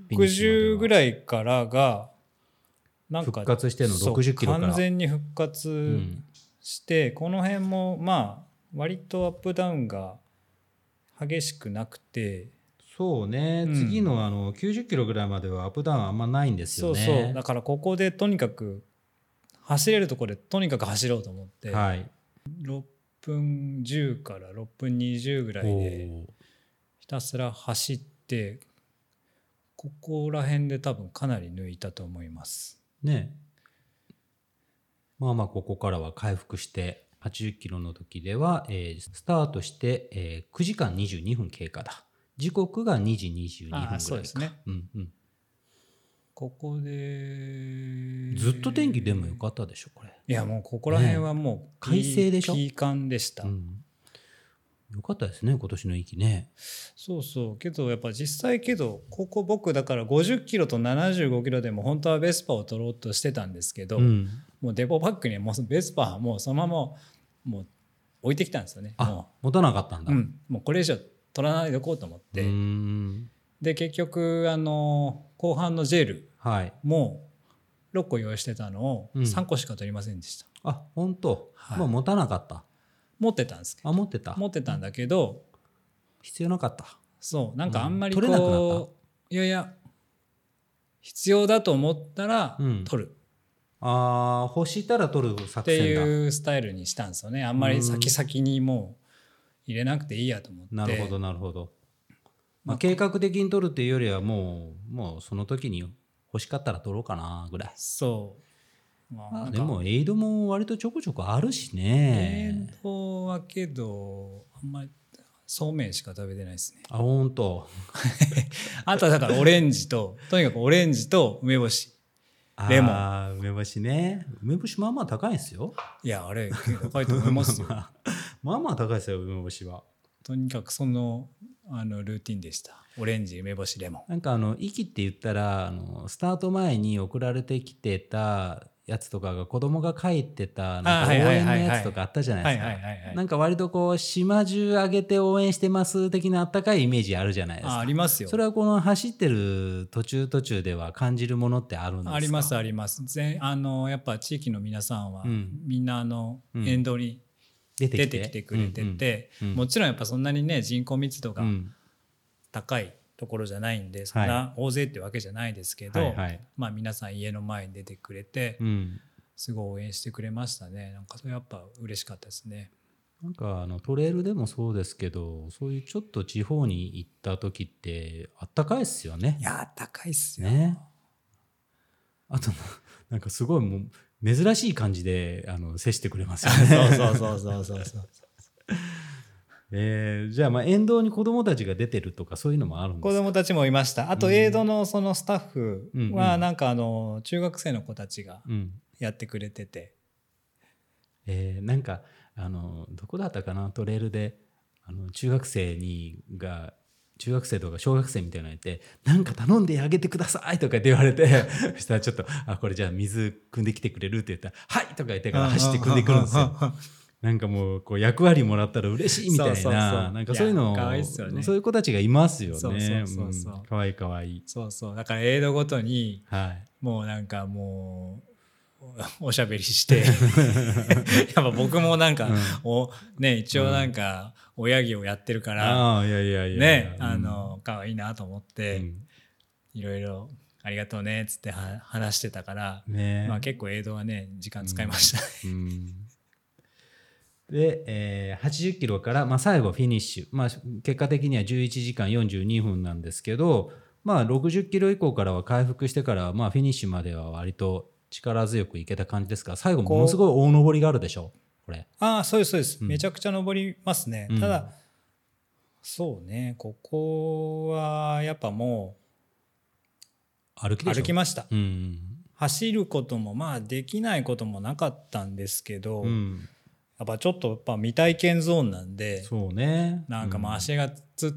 [SPEAKER 2] ろくじゅうぐらいからがなんか
[SPEAKER 1] 復活してのろくじゅっキロから
[SPEAKER 2] 完全に復活して、うん、この辺もまあ割とアップダウンが激しくなくて、
[SPEAKER 1] そうね、うん、次 の, あのきゅうじゅっキロぐらいまではアップダウンあんまないんですよね。
[SPEAKER 2] そうそう、だからここでとにかく走れるところでとにかく走ろうと思って、はい、ろっぷんじゅうからろっぷんにじゅうぐらいでひたすら走って、ここら辺で多分かなり抜いたと思います
[SPEAKER 1] ね。まあまあここからは回復してはちじゅっキロの時では、えー、スタートして、えー、くじかんにじゅうにふん経過だ。時刻がにじにじゅうにふんぐらいか。
[SPEAKER 2] そうですね、
[SPEAKER 1] うんうん、
[SPEAKER 2] ここで
[SPEAKER 1] ずっと天気でもよかったでしょこれ。
[SPEAKER 2] いやもうここら辺はもう、ね、
[SPEAKER 1] 快晴でしょ。
[SPEAKER 2] ピーカンでした、うん、
[SPEAKER 1] よかったですね今年の息ね。
[SPEAKER 2] そうそうけどやっぱ実際けどここ僕だからごじゅっキロとななじゅうごキロでも本当はベスパを取ろうとしてたんですけど、うん、もうデポパックにもうベスパはもうそのままもう置いてきたんですよね。
[SPEAKER 1] あ
[SPEAKER 2] も
[SPEAKER 1] う持たなかったんだ、
[SPEAKER 2] うん、もうこれ以上取らないでおこうと思って、うーんで結局あの後半のジェルもろっこ用意してたのをさんこしか取りませんでした、
[SPEAKER 1] うん、あ本当、はい、もう持たなかった。
[SPEAKER 2] 持ってたんですけど。
[SPEAKER 1] あ持ってた
[SPEAKER 2] 持ってたんだけど
[SPEAKER 1] 必要なかった。
[SPEAKER 2] そうなんかあんまりこう、うん、
[SPEAKER 1] 取れなくなった。
[SPEAKER 2] いやいや必要だと思ったら取る、
[SPEAKER 1] うん、あ欲したら取る作戦だ
[SPEAKER 2] っていうスタイルにしたんですよね。あんまり先々にもう入れなくていいやと思って。
[SPEAKER 1] なるほどなるほど、まあ、計画的に取るっていうよりはもうもうその時に欲しかったら取ろうかなぐらい。
[SPEAKER 2] そう、
[SPEAKER 1] まあ、でもエイドも割とちょこちょこあるしね。
[SPEAKER 2] エイドはけどあんまりそうめんしか食べてないですね。
[SPEAKER 1] あ本当
[SPEAKER 2] あとはだからオレンジととにかくオレンジと梅干しレモン。
[SPEAKER 1] あ梅干しね。梅干しまあまあ高いんですよ。
[SPEAKER 2] いやあれ高いと思いますよ
[SPEAKER 1] まあまあ高いですよ梅干しは。
[SPEAKER 2] とにかくそのあのルーティンでした。オレンジ梅干しレモン。
[SPEAKER 1] なんかあの息って言ったらあのスタート前に送られてきてたやつとかが子供が書いてたなんか応援のやつとかあったじゃないですか。なんか割とこう島中上げて応援してます的なあったかいイメージあるじゃないですか。
[SPEAKER 2] あ, ありますよ。
[SPEAKER 1] それはこの走ってる途中途中では感じるものってあるんですか？
[SPEAKER 2] ありますあります。全あのやっぱ地域の皆さんは、うん、みんなあの、うん、沿道に出てきてくれてて、うんうんうん、もちろんやっぱそんなにね人口密度が高いところじゃないんで、うん、そんな大勢ってわけじゃないですけど、はいはい、まあ皆さん家の前に出てくれて、うん、すごい応援してくれましたね。なんかそれやっぱ嬉しかったですね。
[SPEAKER 1] なんかあのトレイルでもそうですけど、そういうちょっと地方に行った時ってあったかいっすよね。
[SPEAKER 2] いやあったかいっすよ
[SPEAKER 1] ね。あとなんかすごいもう珍しい感じであの接してくれますよね。
[SPEAKER 2] そうそうそうそうそうそう
[SPEAKER 1] えー、じゃあまあ沿道に子どもたちが出てるとかそういうのもあるんですか？
[SPEAKER 2] 子どもたちもいました。あとエイドのそのスタッフはなんかあの中学生の子たちがやってくれてて、
[SPEAKER 1] うんえー、なんかあのどこだったかな、トレイルであの中学生にが中学生とか小学生みたいなの言ってなんか頼んであげてくださいとかって言われてそしたらちょっとあこれじゃあ水汲んできてくれるって言ったらはいとか言ってから走って汲んでくるんですよ。なんかもうこう役割もらったら嬉しいみたいな、そうそうそう、なんかそういうの
[SPEAKER 2] 可愛いっすよね。
[SPEAKER 1] そういう子たちがいますよね。
[SPEAKER 2] そうそうそうそう、うん、
[SPEAKER 1] 可愛い可愛い。
[SPEAKER 2] そうそう、だからエイドごとに、はい、もうなんかもうおしゃべりしてやっぱ僕もなんか、うん、おね一応なんか親父をやってるから、
[SPEAKER 1] あいやいやいや
[SPEAKER 2] ねあの可愛いなと思って、うん、いろいろありがとうねっつっては話してたから、
[SPEAKER 1] ね、
[SPEAKER 2] まあ、結構映像はね時間使いましたね、
[SPEAKER 1] うんうん、で、えー、はちじゅっキロから、まあ、最後フィニッシュ、まあ、結果的にはじゅういちじかんよんじゅうにふんなんですけど、まあ、ろくじゅっキロ以降からは回復してから、まあ、フィニッシュまでは割と力強くいけた感じですが、最後ものすごい大登りがあるでしょこれ。
[SPEAKER 2] ああそうですそうです、うん、めちゃくちゃ登りますね、うん、ただそうねここはやっぱもう
[SPEAKER 1] 歩きでしょ、
[SPEAKER 2] 歩きました、
[SPEAKER 1] うん、
[SPEAKER 2] 走ることもまあできないこともなかったんですけど、うん、やっぱちょっとやっぱ未体験ゾーンなんで、
[SPEAKER 1] そうね、
[SPEAKER 2] なんかまあ足がつって、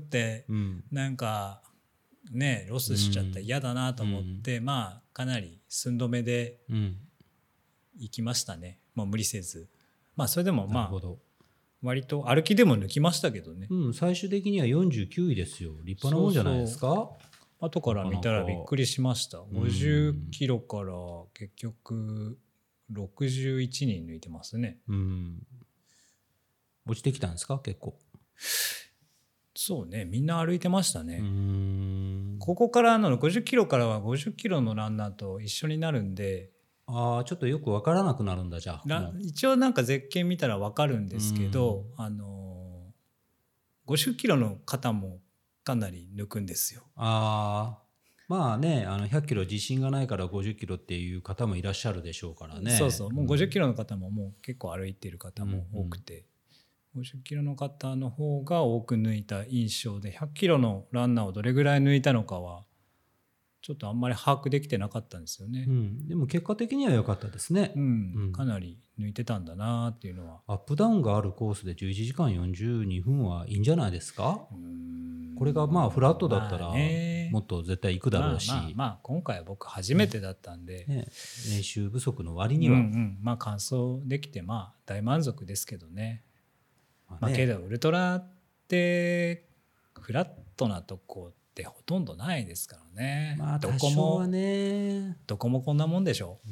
[SPEAKER 2] うん、なんかねロスしちゃったら嫌だなと思って、うん、まあかなり寸止めで行きましたね、もう無理せず。まあそれでもまあ割と歩きでも抜きましたけどね、
[SPEAKER 1] うん、最終的にはよんじゅうきゅういですよ。立派なもんじゃないですか。そう
[SPEAKER 2] そう後から見たらびっくりしました。ごじゅっキロから結局ろくじゅういちにん抜いてますね。
[SPEAKER 1] うん、落ちてきたんですか結構。
[SPEAKER 2] そうね、みんな歩いてましたね。うーん、ここからのごじゅっキロからはごじゅっキロのランナーと一緒になるんで、
[SPEAKER 1] ああちょっとよく分からなくなるんだ。じゃあ
[SPEAKER 2] 一応なんかゼッケン見たら分かるんですけど、あのごじゅっキロの方もかなり抜くんですよ。
[SPEAKER 1] ああまあね、あのひゃっキロ自信がないからごじゅっキロっていう方もいらっしゃるでしょうからね。
[SPEAKER 2] そうそう、もうごじゅっキロの方ももう結構歩いてる方も多くて、うんうん、ごじゅっキロの方の方が多く抜いた印象で、ひゃっキロのランナーをどれぐらい抜いたのかはちょっとあんまり把握できてなかったんですよね、
[SPEAKER 1] うん、でも結果的には良かったですね、
[SPEAKER 2] うんうん、かなり抜いてたんだなっていうのは。
[SPEAKER 1] アップダウンがあるコースでじゅういちじかんよんじゅうにふんはいいんじゃないですか。うーん、これがまあフラットだったらもっと絶対行くだろうし、
[SPEAKER 2] まあまあまあ今回は僕初めてだったんで、
[SPEAKER 1] ね、練習不足の割には、うんうん、
[SPEAKER 2] まあ完走できてまあ大満足ですけどね。まあ、けどウルトラってフラットなとこってほとんどないですからね。
[SPEAKER 1] まあ多少はね、
[SPEAKER 2] どこもこんなもんでしょう。
[SPEAKER 1] うん、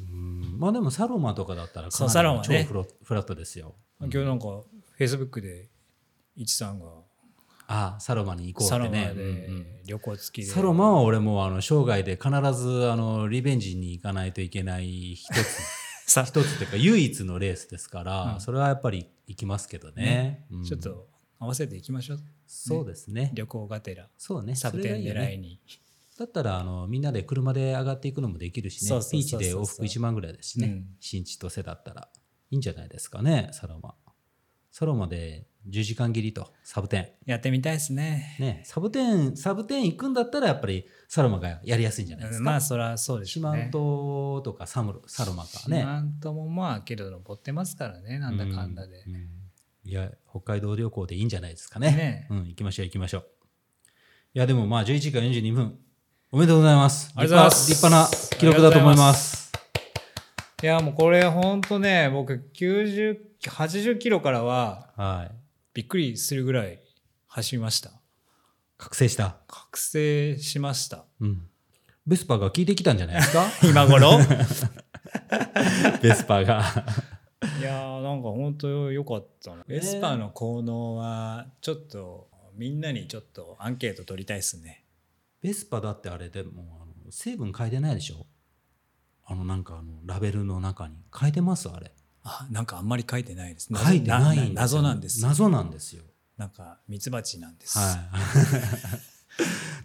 [SPEAKER 1] まあでもサロマとかだったらかなり超フロ、ね、フラットですよ。
[SPEAKER 2] 今日なんかフェイスブックでいちさんが
[SPEAKER 1] ああサロマに行こうってね。
[SPEAKER 2] サロマで旅行付きで、
[SPEAKER 1] サロマは俺もあの生涯で必ずあのリベンジに行かないといけない一つ一つというか唯一のレースですから、うん、それはやっぱり行きますけどね、ね、
[SPEAKER 2] うん、ちょっと合わせていきましょう。
[SPEAKER 1] そうですね、
[SPEAKER 2] 旅行がてら
[SPEAKER 1] そうね、
[SPEAKER 2] サブテン狙いにいい、ね、
[SPEAKER 1] だったらあのみんなで車で上がっていくのもできるしね、ピーチで往復いちまんぐらいですしね、うん、新千歳だったらいいんじゃないですかね。サロマサロマでじゅうじかん切りとサブテン
[SPEAKER 2] やってみたいですね。
[SPEAKER 1] ね、サブテンサブテン行くんだったらやっぱりサロマがやりやすいんじゃないですか。
[SPEAKER 2] まあそりゃそうでしょうね。
[SPEAKER 1] 四万十とかサムサロマかね。
[SPEAKER 2] 四万十もまあけど登ってますからね、なんだかんだで、うんうん、
[SPEAKER 1] いや北海道旅行でいいんじゃないですかね。ね、うん、行きましょう行きましょう。いやでもまあじゅういちじかんよんじゅうにふんおめでとうございます。
[SPEAKER 2] ありがとうございます。
[SPEAKER 1] 立派な記録だと思います。
[SPEAKER 2] いやもうこれ本当ね、僕きゅうじゅう、はちじゅっキロからは、はい、びっくりするぐらい走りました。
[SPEAKER 1] 覚醒した
[SPEAKER 2] 覚醒しました、
[SPEAKER 1] うん、ベスパーが効いてきたんじゃないですか
[SPEAKER 2] 今頃
[SPEAKER 1] ベスパーが
[SPEAKER 2] いやーなんか本当良かったな。ベスパーの効能はちょっとみんなにちょっとアンケート取りたいですね。
[SPEAKER 1] ベスパだってあれでもあの成分変えてないでしょ。あのなんかあのラベルの中に変えてますあれ。
[SPEAKER 2] あ、なんかあんまり書いてないです。
[SPEAKER 1] 書いてないんですよ。
[SPEAKER 2] 謎なんです。
[SPEAKER 1] 謎なんですよ。
[SPEAKER 2] なんかミツバチなんです。
[SPEAKER 1] はい。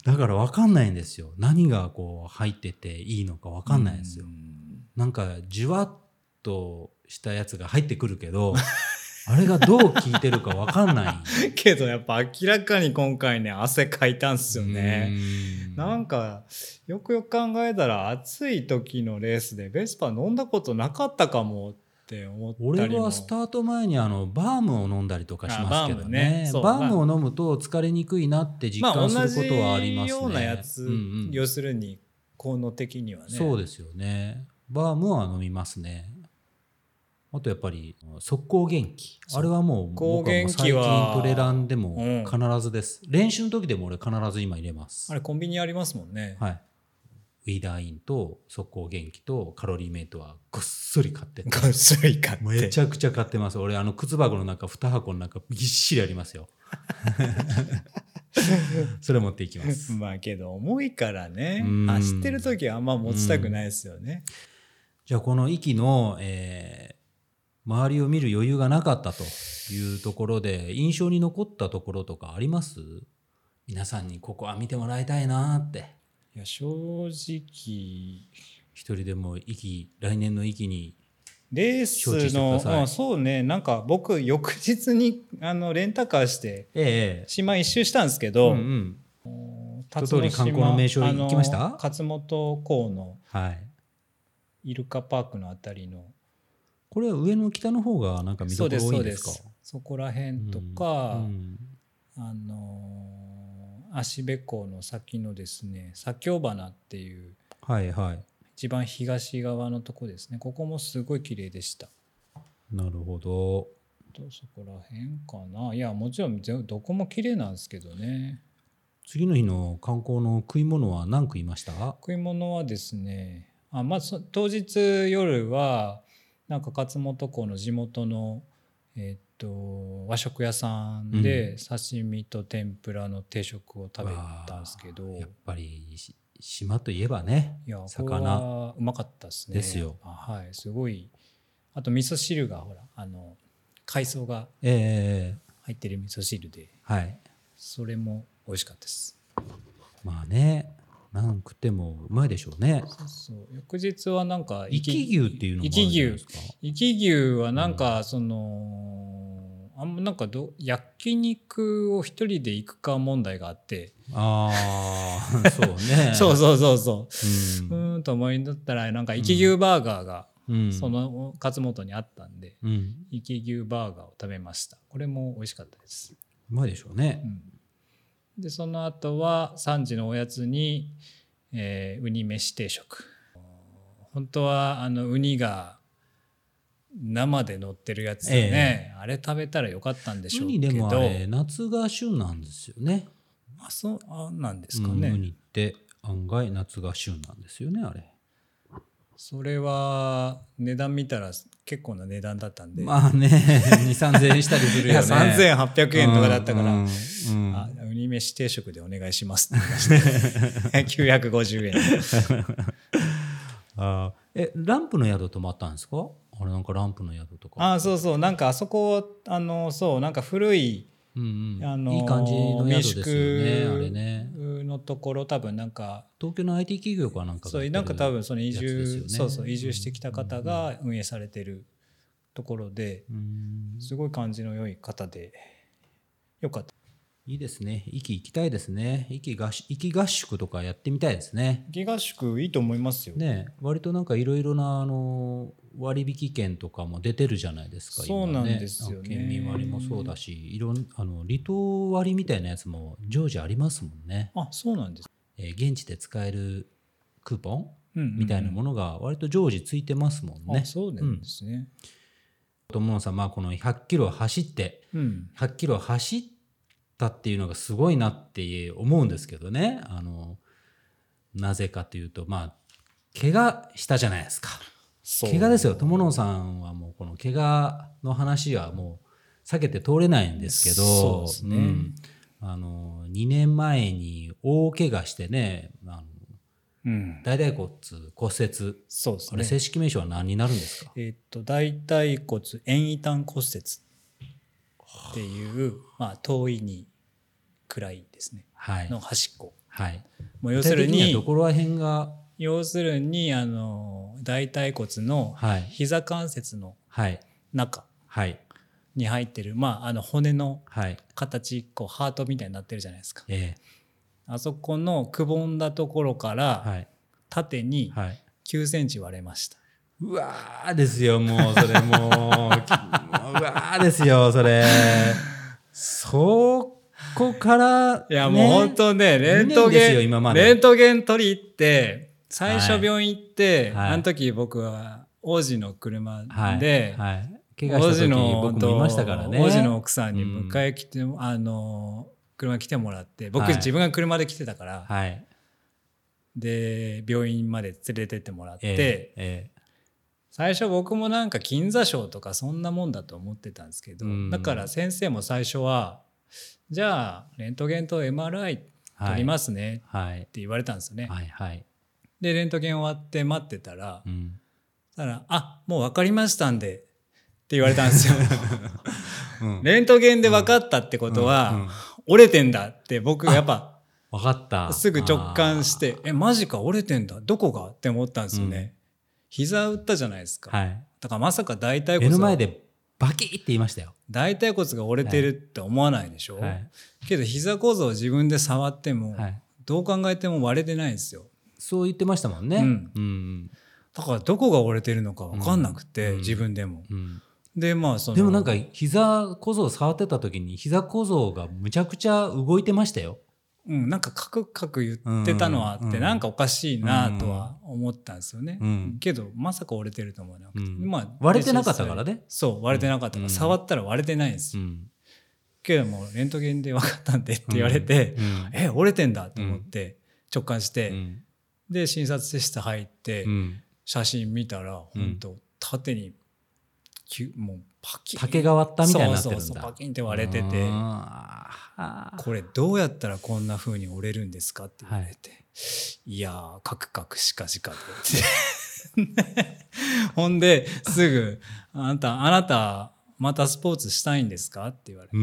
[SPEAKER 1] だから分かんないんですよ。何がこう入ってていいのか分かんないですよ。んなんかじわっとしたやつが入ってくるけど、あれがどう効いてるか分かんない。
[SPEAKER 2] けどやっぱ明らかに今回ね汗かいたんすよね。んなんかよくよく考えたら暑い時のレースでベスパ飲んだことなかったかもって思ったりも。
[SPEAKER 1] 俺はスタート前にあのバームを飲んだりとかしますけどね。バームね、バームを飲むと疲れにくいなって実感することはありますね。
[SPEAKER 2] まあ、同じようなやつ、うんうん、要するに効能的にはね。
[SPEAKER 1] そうですよね。バームは飲みますね。あとやっぱり速攻元気、あれはもう僕はもう最近トレランでも必ずです、うん、練習の時でも俺必ず今入れます。
[SPEAKER 2] あれコンビニありますもんね。
[SPEAKER 1] はい、ウィーダーインと速攻元気とカロリーメイトはごっそり買って
[SPEAKER 2] ごっそり買って
[SPEAKER 1] めちゃくちゃ買ってます。俺あの靴箱の中に箱の中びっしりありますよそれ持っていきます
[SPEAKER 2] まあけど重いからね、走ってる時はあんま持ちたくないですよね。
[SPEAKER 1] じゃあこの息の、えー、周りを見る余裕がなかったというところで印象に残ったところとかあります？皆さんにここは見てもらいたいなって。
[SPEAKER 2] いや正直一
[SPEAKER 1] 人でも息来年の息に
[SPEAKER 2] レースの、うん、そうね、なんか僕翌日にあのレンタカーして島一周したんですけど、
[SPEAKER 1] うんうん、一通り観光の名所行きました？
[SPEAKER 2] 勝本港のイルカパークのあたりの、
[SPEAKER 1] これは上の北の方がなんか見どころ多いんですか？
[SPEAKER 2] そうです、そうです。そこら辺とか、うんうん、あの芦部港の先のですね左京花っていう、
[SPEAKER 1] はいはい、
[SPEAKER 2] 一番東側のとこですね。ここもすごい綺麗でした。
[SPEAKER 1] なるほど。
[SPEAKER 2] そこら辺かな。いやもちろんどこも綺麗なんですけどね。
[SPEAKER 1] 次の日の観光の食い物は何食いました？
[SPEAKER 2] 食い物はですね、あ、まず当日夜はなんか勝本港の地元のえっと和食屋さんで刺身と天ぷらの定食を食べたんですけど、
[SPEAKER 1] うん、やっぱり島といえばね、
[SPEAKER 2] いや魚うまかったですね。
[SPEAKER 1] ですよ。
[SPEAKER 2] はい、すごい。あと味噌汁がほらあの海藻が
[SPEAKER 1] 入
[SPEAKER 2] ってる味噌汁で、
[SPEAKER 1] えー、はい、
[SPEAKER 2] それも美味しかったです。
[SPEAKER 1] まあね、何食ってもうまいでしょうね。
[SPEAKER 2] そうそう。翌日はなんか
[SPEAKER 1] 生き牛っていうのもあるじゃないですか。
[SPEAKER 2] 生き牛はなんかその、うん、あんまなんかど焼肉を一人で行くか問題があって、
[SPEAKER 1] ああそうね
[SPEAKER 2] そうそうそうそう、うん、うんと思いだったらなんか生き牛バーガーがその勝本にあったんで、うん、生き牛バーガーを食べました。これも美味しかったです。
[SPEAKER 1] うまいでしょうね。
[SPEAKER 2] うん、でその後はさんじのおやつに、えー、ウニ飯定食。本当はあのウニが生で乗ってるやつでね、えー、あれ食べたらよかったんでしょうけど。ウニでもあれ
[SPEAKER 1] 夏が旬なんですよね。
[SPEAKER 2] あ、そうあなんですかね、うん、
[SPEAKER 1] ウニって案外夏が旬なんですよね。あれ
[SPEAKER 2] それは値段見たら結構な値段だったんで、
[SPEAKER 1] まあねにせんさんぜんえんしたりするよね。いや
[SPEAKER 2] さんぜんはっぴゃくえんとかだったから、うんうん、あウニ飯定食でお願いしますって言いましたきゅうひゃくごじゅうえん
[SPEAKER 1] あえランプの宿泊まったんですか？あれなんかランプの宿とか。
[SPEAKER 2] あそうそう、なんかあそこあのそうなんか古い、
[SPEAKER 1] うんうん、
[SPEAKER 2] あの
[SPEAKER 1] いい感じの宿ですよね。あれね
[SPEAKER 2] のところ多分なんか
[SPEAKER 1] 東京の アイティー 企業かなんかが
[SPEAKER 2] そうなんか多分その移住、ね、そうそう移住してきた方が運営されてるところで、うん、すごい感じの良い方でよかった。
[SPEAKER 1] いいですね。壱岐行きたいですね。壱岐合宿、壱岐合宿とかやってみたいですね。
[SPEAKER 2] 壱岐合宿いいと思いますよ
[SPEAKER 1] ね。割となんかいろいろなあの割引券とかも出てるじゃないですか。
[SPEAKER 2] そうなんですよね。
[SPEAKER 1] 県民割もそうだし、いろんあの離島割みたいなやつも常時ありますもんね。
[SPEAKER 2] あ、そうなんです。
[SPEAKER 1] えー、現地で使えるクーポン、うんうんうん、みたいなものが割と常時ついてますもんね。
[SPEAKER 2] あ、そうなんですね。
[SPEAKER 1] 友野さん、まあこのひゃっキロ走って、うん、ひゃっキロ走ったっていうのがすごいなって思うんですけどね。あのなぜかというと、まあ怪我したじゃないですか。怪我ですよ。友野さんはもうこの怪我の話はもう避けて通れないんですけど、そうですね。うん、あのにねんまえに大怪我してね、あのうん、大腿骨骨折。
[SPEAKER 2] そうですね。
[SPEAKER 1] あれ正式名称は何になるんですか？
[SPEAKER 2] えー、っと大腿骨遠位端骨折っていう、まあ、遠いに暗いですね、はい、の端っこ、はい、もう要するに
[SPEAKER 1] どこら辺が
[SPEAKER 2] 要するにあの大腿骨の膝関節の中に入ってる、まあ、あの骨の形、こうハートみたいになってるじゃないですか、ええ、あそこのくぼんだところから縦にきゅうセンチ割れました。
[SPEAKER 1] うわーですよ、もうそれもううわーですよそれ。そこから、ね、
[SPEAKER 2] いやもう本当ね、レントゲンレントゲン取り行って最初病院行って、はい、あの時僕は王子の車で、はいはい、
[SPEAKER 1] 怪我した時僕もいましたからね。
[SPEAKER 2] 王子の奥さんに迎え来て、うん、あの車来てもらって、僕、はい、自分が車で来てたから、はい、で病院まで連れてってもらって、えーえー、最初僕もなんか筋挫傷とかそんなもんだと思ってたんですけど、うん、だから先生も最初はじゃあレントゲンと エムアールアイ 取りますねって言われたんですよね。
[SPEAKER 1] はいはい、
[SPEAKER 2] でレントゲン終わって待ってたら、
[SPEAKER 1] うん、
[SPEAKER 2] たらあもう分かりましたんでって言われたんですよ、
[SPEAKER 1] うん、
[SPEAKER 2] レントゲンで分かったってことは、うんうん、折れてんだって僕やっぱ
[SPEAKER 1] 分かった
[SPEAKER 2] すぐ直感してえマジか折れてんだどこがって思ったんですよね、うん、膝打ったじゃないですか、はい、だからまさか大腿骨
[SPEAKER 1] 目の前でバキって言いましたよ。
[SPEAKER 2] 大腿骨が折れてるって思わないでしょ、はい、けど膝小僧を自分で触っても、はい、どう考えても割れてないんですよ。
[SPEAKER 1] そう言ってましたもんね、うんうん、
[SPEAKER 2] だからどこが折れてるのか分かんなくて、うん、自分でも、うん、
[SPEAKER 1] でまあそのでもなんか膝小僧触ってた時に膝小僧がむちゃくちゃ動いてましたよ。
[SPEAKER 2] うん、なんかカクカク言ってたのはあって、うん、なんかおかしいなとは思ったんですよね、うん、けどまさか折れてると思わなくて、うんまあ、
[SPEAKER 1] 割れてなかったからね。
[SPEAKER 2] そう割れてなかったから、うん、触ったら割れてないんですよ、うん、けどもレントゲンで分かったんでって言われて、うんうん、え折れてんだと思って直感して、うん、で診察室入って、うん、写真見たら本当縦にもうパキン
[SPEAKER 1] 竹が割ったみたいになってるんだ。
[SPEAKER 2] そうそうそうパキンって割れててこれどうやったらこんな風に折れるんですかって言われて、はい、いやーカクカクしかじかとってほんですぐあなたあなたまたスポーツしたいんですかって言われて、うん、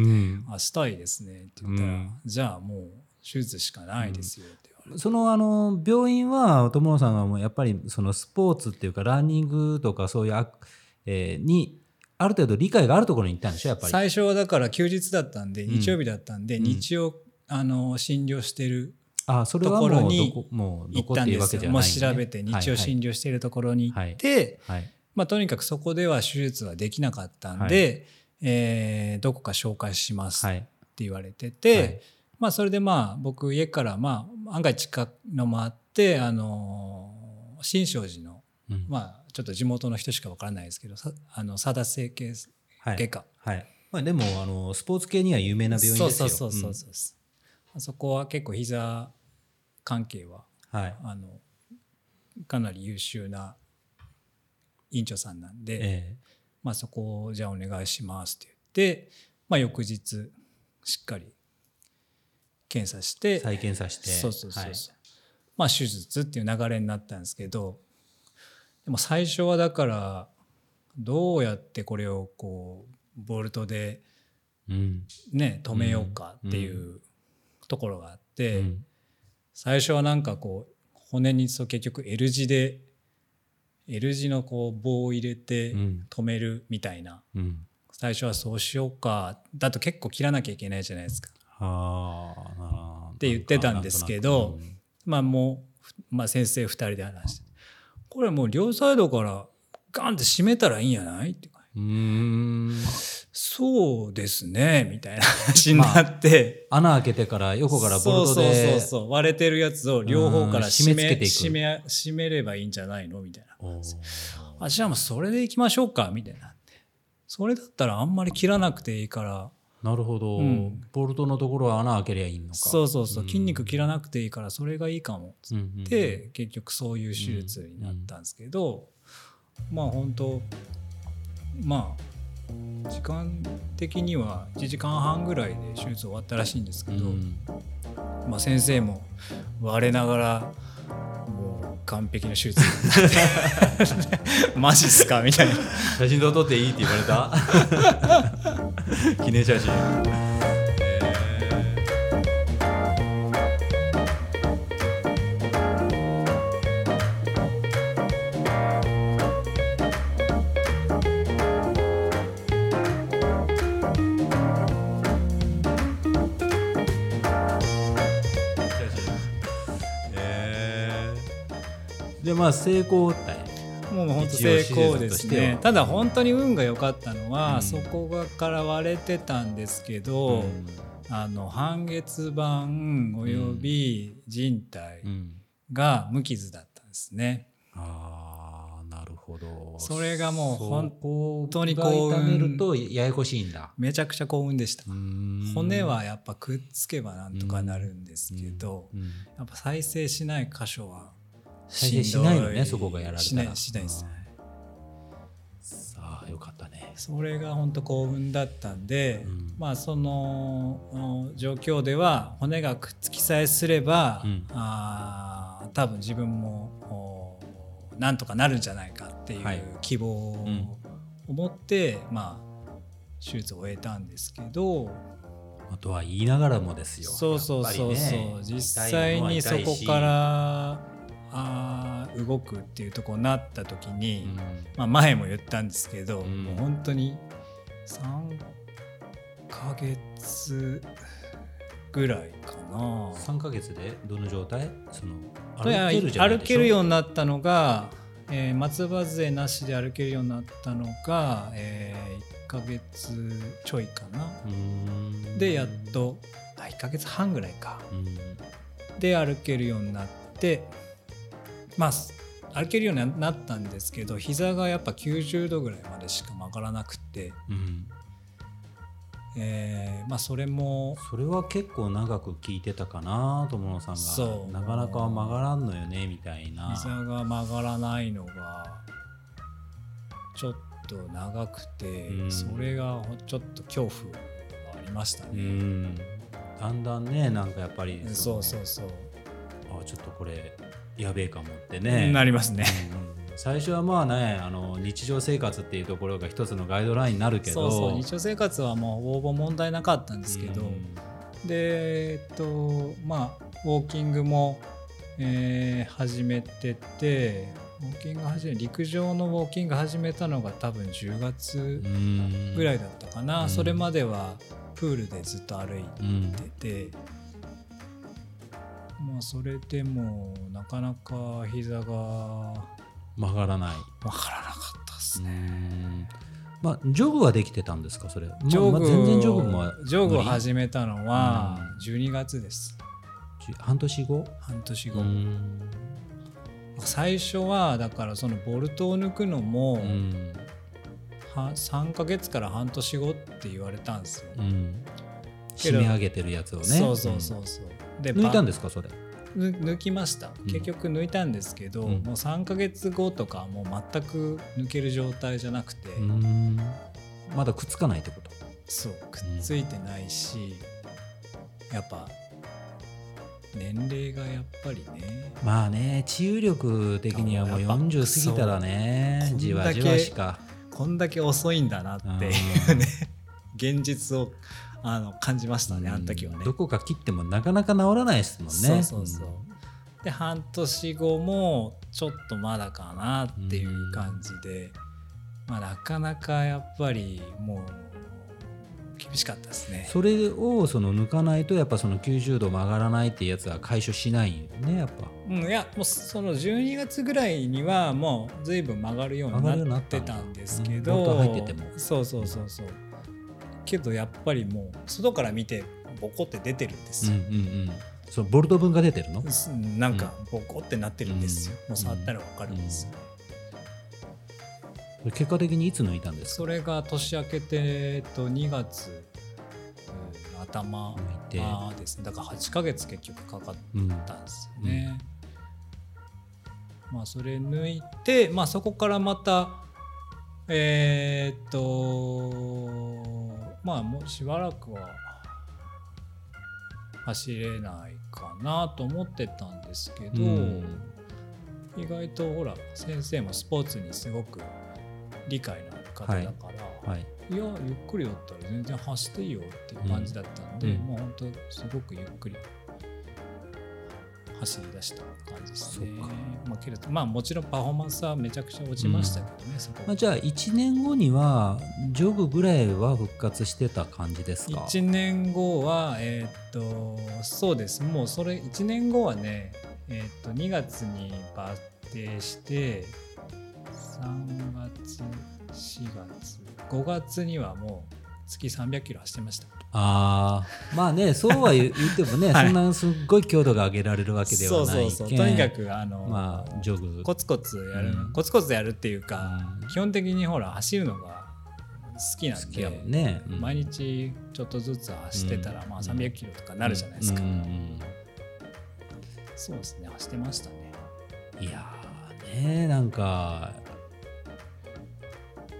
[SPEAKER 2] あしたいですねって言ったら、うん、じゃあもう手術しかないですよって言われて、
[SPEAKER 1] うん、そのあの病院は友野さんがもうやっぱりそのスポーツっていうかランニングとかそういう、えー、にある程度理解があるところに行ったんでしょやっぱり。
[SPEAKER 2] 最初はだから休日だったんで、うん、日曜日だったんで、うん、日曜あの診療してるところに行ったんですよ。もう調べて日曜診療しているところに行って、はいはいまあ、とにかくそこでは手術はできなかったんで、はいえー、どこか紹介しますって言われてて、はいまあ、それでまあ僕家からまあ案外近くのもあってあの新勝寺の、うんまあちょっと地元の人しか分からないですけどあの佐田整形外科、
[SPEAKER 1] はいはいまあ、でもあのスポーツ系には有名な病院ですよ。
[SPEAKER 2] そうそうそうそう、うん、あそこは結構膝関係は、はい、あのかなり優秀な院長さんなんで、えーまあ、そこをじゃあお願いしますって言って、まあ、翌日しっかり検査して
[SPEAKER 1] 再検査して
[SPEAKER 2] そうそうそうそう、はいまあ、手術っていう流れになったんですけどでも最初はだからどうやってこれをこうボルトでね止めようかっていうところがあって最初はなんかこう骨に結局 L 字で L 字のこう棒を入れて止めるみたいな最初はそうしようかだと結構切らなきゃいけないじゃないですかって言ってたんですけどまあもうまあ先生ふたりで話してこれもう両サイドからガンって締めたらいいんやないってうーんそうですねみたいな話になって、
[SPEAKER 1] まあ、穴開けてから横からボルトで
[SPEAKER 2] そうそうそうそう割れてるやつを両方から締め、締め付けていく締め、締めればいいんじゃないのみたいなあじゃあもうそれでいきましょうかみたいなそれだったらあんまり切らなくていいから
[SPEAKER 1] なるほど、うん、ボルトのところは穴開けりゃいいのか
[SPEAKER 2] そうそうそう、うん、筋肉切らなくていいからそれがいいかもっつって、うんうん、結局そういう手術になったんですけど、うん、まあ本当まあ時間的にはいちじかんはんぐらいで手術終わったらしいんですけど、うんまあ、先生も我ながらもう完璧な手術になってマジっすかみたいな
[SPEAKER 1] 写真撮っていいって言われた記念写真でまあ成功だよ
[SPEAKER 2] もう本当成功ですね。ただ本当に運が良かったのは、うん、そこがから割れてたんですけど、うん、あの半月板および靭帯が無傷だったんですね、うん、
[SPEAKER 1] ああなるほど
[SPEAKER 2] それがもう本当に幸運
[SPEAKER 1] 痛めるとややこしいんだ
[SPEAKER 2] めちゃくちゃ幸運でした骨はやっぱくっつけばなんとかなるんですけど、うんうん、やっぱ再生しない箇所は
[SPEAKER 1] 再生しないのねそこがやられたら
[SPEAKER 2] しないしないです、
[SPEAKER 1] さあよかったね
[SPEAKER 2] それが本当幸運だったんで、うんまあその状況では骨がくっつきさえすれば、うん、あ多分自分もなんとかなるんじゃないかっていう希望を持って、はいうん、まあ手術を終えたんですけど、
[SPEAKER 1] とは言いながらもですよ。
[SPEAKER 2] そうそうそうそう、ね、実際にそこからあ動くっていうところになった時に、うんまあ、前も言ったんですけど、うん、もう本当にさんかげつぐらいかな。
[SPEAKER 1] さんかげつでどの状態？その
[SPEAKER 2] 歩けるじゃないでしょ？歩けるようになったのが、えー、松葉杖なしで歩けるようになったのが、えー、いっかげつちょいかな。うんでやっとあいっかげつはんぐらいか。うんで歩けるようになって、まあ歩けるようになったんですけど、膝がやっぱきゅうじゅうどぐらいまでしか曲がらなくて、うんえーまあ、それも
[SPEAKER 1] それは結構長く聞いてたかな、友野さんが。そうなかなか曲がらんのよねみたいな。
[SPEAKER 2] 膝が曲がらないのがちょっと長くて、うん、それがちょっと恐怖がありましたね。うん
[SPEAKER 1] だんだんねなんかやっぱり
[SPEAKER 2] そうそうそう
[SPEAKER 1] あちょっとこれやべえかもってね
[SPEAKER 2] なりますね、
[SPEAKER 1] うん最初はまあねあの日常生活っていうところが一つのガイドラインになるけど、
[SPEAKER 2] そうそう日常生活はもうほぼ問題なかったんですけど、うん、でえっとまあウォーキングも、えー、始めててウォーキング始め陸上のウォーキング始めたのが多分じゅうがつぐらいだったかな、うん、それまではプールでずっと歩いてて、うんまあ、それでもなかなか膝が
[SPEAKER 1] 曲がらない
[SPEAKER 2] 曲がらなかったですね。
[SPEAKER 1] まあジョグはできてたんですかそれ？
[SPEAKER 2] ジョグ、
[SPEAKER 1] まあ、全然ジョグも
[SPEAKER 2] ジョグを始めたのはじゅうにがつです。
[SPEAKER 1] 半年後？
[SPEAKER 2] 半年後。最初はだからそのボルトを抜くのもはさんかげつから半年後って言われたんですよ。うん、
[SPEAKER 1] 締め上げてるやつをね。
[SPEAKER 2] そうそうそうそう。
[SPEAKER 1] で抜いたんですかそれ？
[SPEAKER 2] 抜きました。結局抜いたんですけど、うん、もうさんかげつごとかもう全く抜ける状態じゃなくて、うーん
[SPEAKER 1] まだくっつかないってこと？
[SPEAKER 2] そうくっついてないし、うん、やっぱ年齢がやっぱりね
[SPEAKER 1] まあね治癒力的にはもうよんじゅう過ぎたらねじわじわしか
[SPEAKER 2] こんだけ遅いんだなっていうね現実をあの感じましたね、あの時はね。
[SPEAKER 1] どこか切ってもなかなか治らないですもんね。
[SPEAKER 2] そうそうそう、うん、で半年後もちょっとまだかなっていう感じで、まあ、なかなかやっぱりもう厳しかったですね。
[SPEAKER 1] それをその抜かないとやっぱそのきゅうじゅうど曲がらないっていうやつは解消しないよねやっぱ、
[SPEAKER 2] うん、いやもうそのじゅうにがつぐらいにはもう随分曲がるようになってたんですけど、
[SPEAKER 1] ボルト入ってても
[SPEAKER 2] そうそうそうそうけどやっぱりもう外から見てボコって出てるんですよ、うんうんうん、
[SPEAKER 1] そのボルト分が出てるの？
[SPEAKER 2] なんかボコってなってるんですよ、うん、もう触ったら分かるんですよ、
[SPEAKER 1] うん、結果的にいつ抜いたんですか？
[SPEAKER 2] それが年明けて、えっと、にがつ、うん、頭ですね。だからはちかげつ結局かかったんですよね、うんうん、まあそれ抜いて、まあ、そこからまたえー、っとまあもうしばらくは走れないかなと思ってたんですけど、うん、意外とほら先生もスポーツにすごく理解のある方だから、はいはい、いやゆっくりだったら全然走っていいよっていう感じだったんで、うん、もう本当すごくゆっくり走り出した感じですね。まあ、けれどまあもちろんパフォーマンスはめちゃくちゃ落ちましたけどね、うん、そこ
[SPEAKER 1] まあ、じゃあいちねんごにはジョグぐらいは復活してた感じですか？
[SPEAKER 2] いちねんごはえー、っとそうですもうそれいちねんごはね、えー、っとにがつにバッテしてさんがつしがつごがつにはもう月さんびゃくキロ走ってました。
[SPEAKER 1] あまあねそうは言ってもね、はい、そんなすっごい強度が上げられるわけではないけん、
[SPEAKER 2] そうそうそうとにかくあの、
[SPEAKER 1] まあ、ジョグ
[SPEAKER 2] コツコツやる、うん、コツコツやるっていうか、うん、基本的にほら走るのが好きなんで、
[SPEAKER 1] ねうん、
[SPEAKER 2] 毎日ちょっとずつ走ってたら、うん、まあさんびゃくキロとかなるじゃないですか、うんうんうん、そうですね走ってましたね。
[SPEAKER 1] いやーねなんか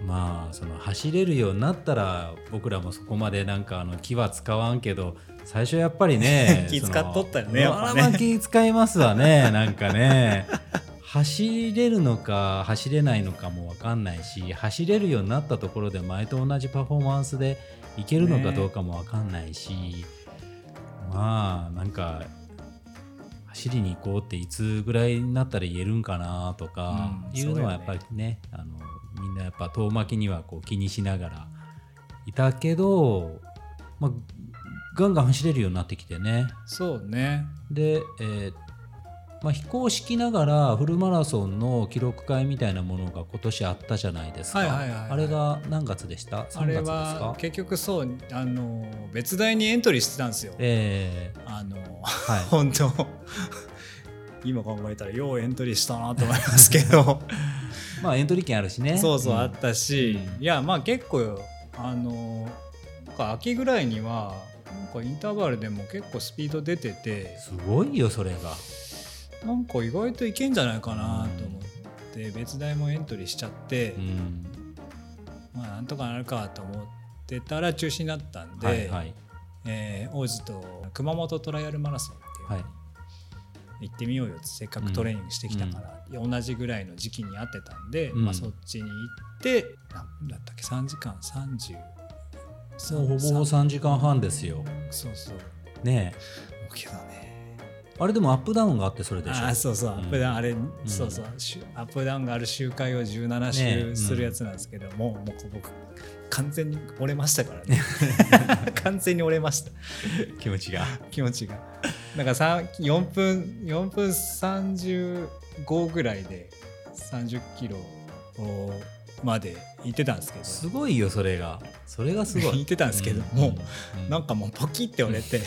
[SPEAKER 1] まあその走れるようになったら僕らもそこまでなんかあの気は使わんけど、最初やっぱりね
[SPEAKER 2] 気使っとったよねやっぱね。
[SPEAKER 1] まあ気使いますわねなんかね走れるのか走れないのかも分かんないし、走れるようになったところで前と同じパフォーマンスでいけるのかどうかも分かんないし、ね、まあなんか走りに行こうっていつぐらいになったら言えるんかなとかいうのはやっぱりね、うん、あのみんなやっぱ遠巻きにはこう気にしながらいたけど、まあ、ガンガン走れるようになってきてね。
[SPEAKER 2] そうね。
[SPEAKER 1] で、えーまあ、非公式ながらフルマラソンの記録会みたいなものが今年あったじゃないですか、
[SPEAKER 2] はいはいはいはい、
[SPEAKER 1] あれが何月でした？さんがつですか？
[SPEAKER 2] あれは結局そうあの別大にエントリーしてたんですよ、
[SPEAKER 1] えー
[SPEAKER 2] あの
[SPEAKER 1] はい、
[SPEAKER 2] 本当今考えたらようエントリーしたなと思いますけど
[SPEAKER 1] まあエントリー券あるしね。
[SPEAKER 2] そうそう、
[SPEAKER 1] うん、
[SPEAKER 2] あったし、いやまあ結構あのなんか秋ぐらいにはなんかインターバルでも結構スピード出てて、
[SPEAKER 1] すごいよそれが。
[SPEAKER 2] なんか意外といけんじゃないかなと思って別大もエントリーしちゃって、うん、まあなんとかなるかと思ってたら中止になったんで、はいはい、えー、王子と熊本トライアルマラソンっていうのに行ってみようよって、せっかくトレーニングしてきたから、うん、同じぐらいの時期に合ってたんで、うんまあ、そっちに行って何だったっけさんじかんさんじゅう
[SPEAKER 1] もうほぼさんじかんはんですよ。
[SPEAKER 2] そうそう
[SPEAKER 1] ね
[SPEAKER 2] えけどね、
[SPEAKER 1] あれでもアップダウンがあってそれでしょ。
[SPEAKER 2] あそうそう、うん、アップダウンあれ、
[SPEAKER 1] うん、
[SPEAKER 2] そうそうアップダウンがある周回をじゅうなな周するやつなんですけど、ねうん、もうもう僕完全に折れましたからね完全に折れました
[SPEAKER 1] 気持ちが
[SPEAKER 2] 気持ちがなんかよんぷんよんぷんさんじゅうごぐらいでさんじゅっキロまで行ってたんですけど、
[SPEAKER 1] すごいよそれがそれがすごい
[SPEAKER 2] 行ってたんですけど、うん、もう、うん、なんかもうポキって折れて